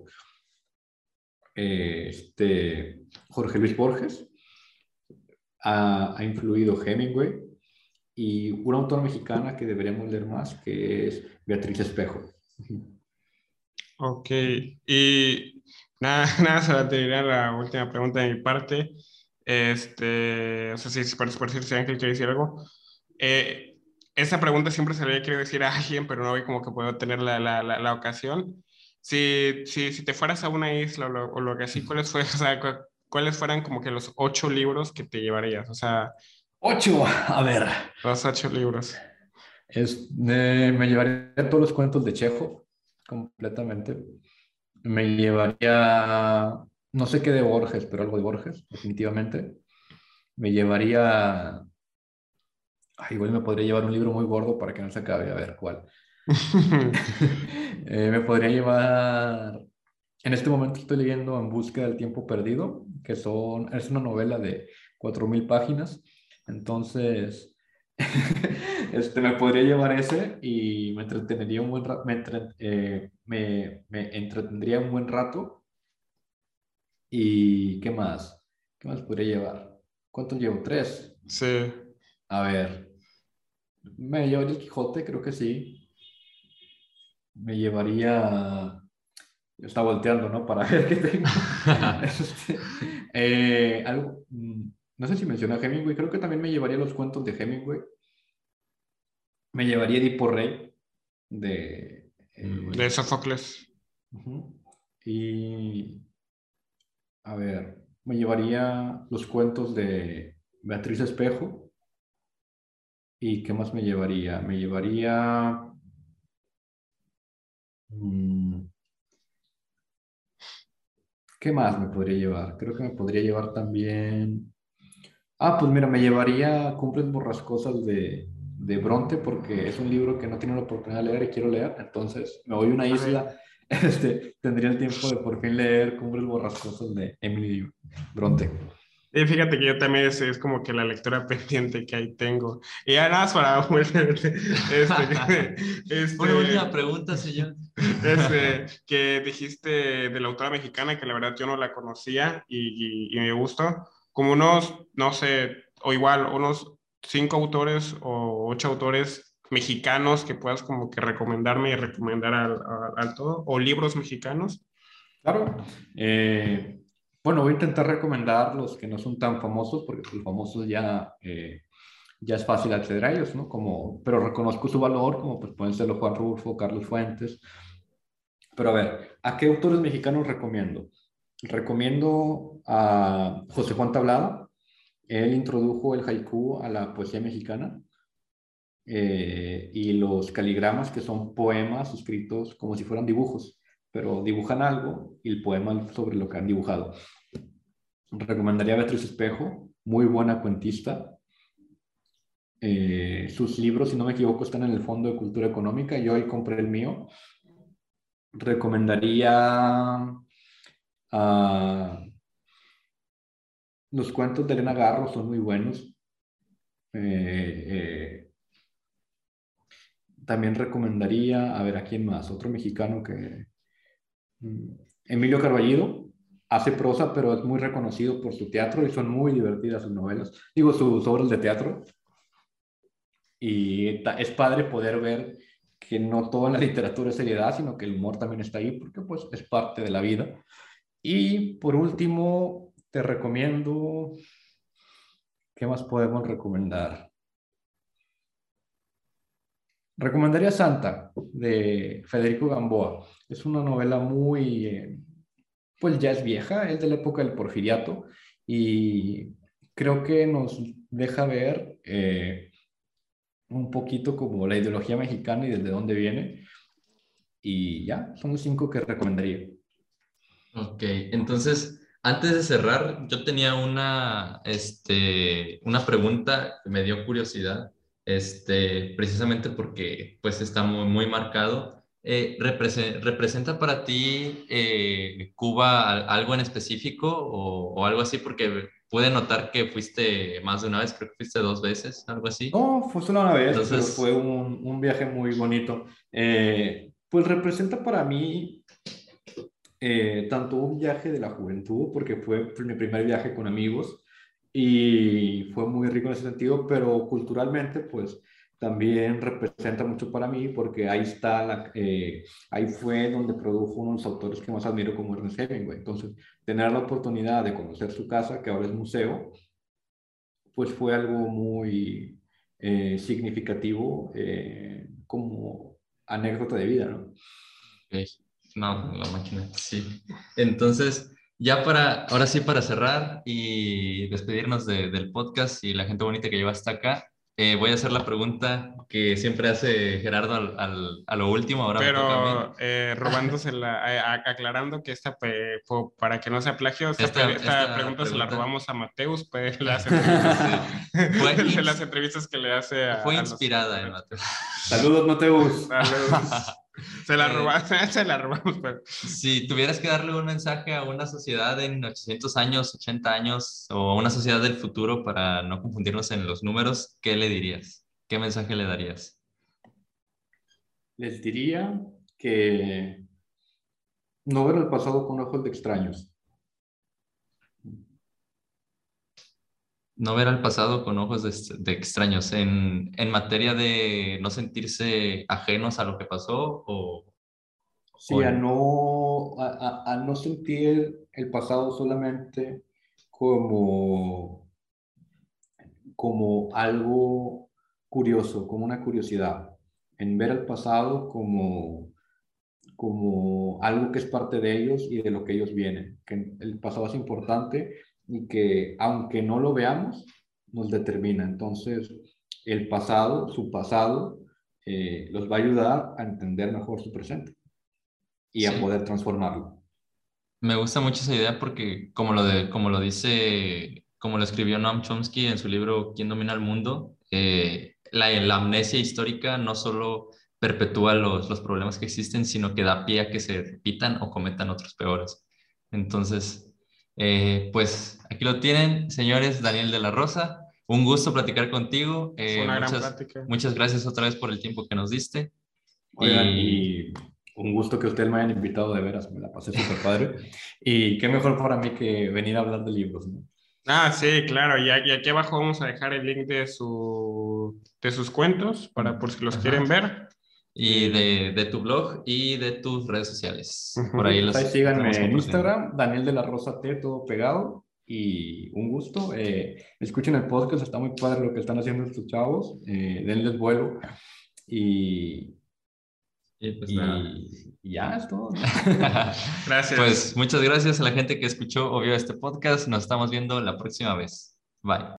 eh, este, Jorge Luis Borges, ha, ha influido Hemingway y una autora mexicana que deberíamos leer más, que es Beatriz Espejo. Ok, y nada, nada, se va a terminar la última pregunta de mi parte. Este, o sea, si si por, por decir si Ángel quiere decir algo. Eh, esa pregunta siempre se le había querido decir a alguien, pero no vi como que puedo tener la, la, la, la ocasión. Si, si, si te fueras a una isla o lo, o lo que así, ¿cuáles fue, o sea, cu- cuáles fueran como que los ocho libros que te llevarías? O sea, Ocho, a ver. los ocho libros. Es, eh, me llevaría todos los cuentos de Chekhov, completamente. Me llevaría no sé qué de Borges, pero algo de Borges, definitivamente. Me llevaría, ay, igual me podría llevar un libro muy gordo para que no se acabe, a ver cuál. Eh, me podría llevar, en este momento estoy leyendo En busca del tiempo perdido, que son, es una novela de cuatro mil páginas, entonces este, me podría llevar ese y me entretendría un buen rato, me, entre- eh, me, me entretendría un buen rato. ¿Y qué más? ¿Qué más podría llevar? ¿Cuántos llevo? Tres. Sí. A ver, me llevaría el Quijote, creo que sí. Me llevaría... Yo estaba volteando, ¿no? Para ver qué tengo. Este, eh, algo, mm, no sé si menciona Hemingway, creo que también me llevaría los cuentos de Hemingway. Me llevaría Edipo Rey de... Muy De bueno. Sófocles. ujú. Y, a ver, me llevaría los cuentos de Beatriz Espejo. ¿Y qué más me llevaría? Me llevaría... mm, ¿qué más me podría llevar? Creo que me podría llevar también... Ah, pues mira, me llevaría Cumbres Borrascosas de, de Bronte porque es un libro que no tengo la oportunidad de leer y quiero leer. Entonces me voy a una Ay. isla, este, tendría el tiempo de por fin leer Cumbres Borrascosas de Emily Bronte. Y fíjate que yo también es, es como que la lectura pendiente que ahí tengo. Y ya nada más para volver, este, Una última este, pregunta, señor. este, que dijiste de la autora mexicana, que la verdad yo no la conocía y, y- y me gustó. Como unos, no sé, o igual, unos cinco autores o ocho autores mexicanos que puedas como que recomendarme y recomendar al, al, al todo, o libros mexicanos. Claro. Eh, bueno, voy a intentar recomendar los que no son tan famosos porque los famosos ya... eh, ya es fácil acceder a ellos, ¿no? Como, pero reconozco su valor, como pues pueden ser los Juan Rulfo, Carlos Fuentes. Pero a ver, ¿a qué autores mexicanos recomiendo? Recomiendo a José Juan Tablada. Él introdujo el haiku a la poesía mexicana eh, y los caligramas, que son poemas escritos como si fueran dibujos, pero dibujan algo y el poema sobre lo que han dibujado. Recomendaría a Beatriz Espejo, muy buena cuentista. Eh, sus libros, si no me equivoco, están en el Fondo de Cultura Económica. Yo hoy compré el mío. Recomendaría a los cuentos de Elena Garro, son muy buenos. Eh, eh, también recomendaría, a ver, ¿a quién más? Otro mexicano que... mm, Emilio Carballido hace prosa, pero es muy reconocido por su teatro y son muy divertidas sus novelas. Digo, sus obras de teatro. Y ta- es padre poder ver que no todo en la literatura es seriedad, sino que el humor también está ahí porque pues es parte de la vida. Y por último, te recomiendo, ¿qué más podemos recomendar? Recomendaría Santa, de Federico Gamboa. Es una novela muy, eh, pues ya es vieja, es de la época del Porfiriato y creo que nos deja ver eh, un poquito como la ideología mexicana y desde dónde viene. Y ya, son los cinco que recomendaría. Ok, entonces, antes de cerrar, yo tenía una, este, una pregunta que me dio curiosidad, este, precisamente porque pues está muy, muy marcado. Eh, represe- ¿representa para ti eh, Cuba al- algo en específico o, o algo así? Porque pude notar que fuiste más de una vez, creo que fuiste dos veces, algo así. No, fue solo una vez, pero fue Entonces, un, un viaje muy bonito. Eh, pues representa para mí eh, tanto un viaje de la juventud, porque fue, fue mi primer viaje con amigos y fue muy rico en ese sentido, pero culturalmente, pues también representa mucho para mí, porque ahí está, la, eh, ahí fue donde produjo uno de los autores que más admiro, como Ernest Hemingway. Entonces, tener la oportunidad de conocer su casa, que ahora es museo, pues fue algo muy eh, significativo eh, como anécdota de vida, ¿no? ok, no, Ujú. la máquina, sí. Entonces, ya para, ahora sí para cerrar y despedirnos de- del podcast y la gente bonita que lleva hasta acá, eh, voy a hacer la pregunta que siempre hace Gerardo al, al- a lo último, ahora me toca a mí. Pero eh, robándosela, eh, a- aclarando que esta, pe- po- para que no sea plagio, esta, Esta, pe- esta esta pregunta se la pregunta robamos a Mateus, pues, de las entrevistas, sí, fue, de las ins- entrevistas que le hace a, fue a los... inspirada en Mateo. Saludos, Mateus. Saludos. Se la Eh, robamos, se la robamos, pero... Si tuvieras que darle un mensaje a una sociedad en ochocientos años, ochenta años o a una sociedad del futuro para no confundirnos en los números, ¿qué le dirías? ¿Qué mensaje le darías? Les diría que no ver el pasado con ojos de extraños. No ver al pasado con ojos de, de extraños en, en materia de no sentirse ajenos a lo que pasó o, Sí, o a en- no, a, a- a no sentir el pasado solamente como, como algo curioso, como una curiosidad, en ver el pasado como, como algo que es parte de ellos y de lo que ellos vienen, que el pasado es importante y que aunque no lo veamos, nos determina. Entonces, el pasado, su pasado, eh, los va a ayudar a entender mejor su presente y a sí. poder transformarlo. Me gusta mucho esa idea porque como lo, de, como lo dice, como lo escribió Noam Chomsky en su libro ¿Quién domina el mundo? Eh, la, la amnesia histórica no solo perpetúa los, los problemas que existen, sino que da pie a que se repitan o cometan otros peores. Entonces, eh, pues aquí lo tienen, señores, Daniel de la Rosa. Un gusto platicar contigo. Fue Eh, una gran muchas, plática. muchas gracias otra vez por el tiempo que nos diste. Oigan, Y y un gusto que ustedes me hayan invitado, de veras, me la pasé súper padre. Y qué mejor para mí que venir a hablar de libros, ¿no? Ah, sí, claro. Y aquí, y aquí abajo vamos a dejar el link de, su, de sus cuentos para por si los Ajá. quieren ver. y de, de tu blog y de tus redes sociales. Ujú. Por ahí Pues los ahí síganme estamos en compartiendo. Instagram, Daniel de la Rosa T, todo pegado. Y un gusto. Eh, escuchen el podcast, está muy padre lo que están haciendo estos chavos. Eh, denles vuelo. Y, Y pues nada. y, y ya es todo, ¿no? Gracias. Pues muchas gracias a la gente que escuchó o vio este podcast. Nos estamos viendo la próxima vez. Bye.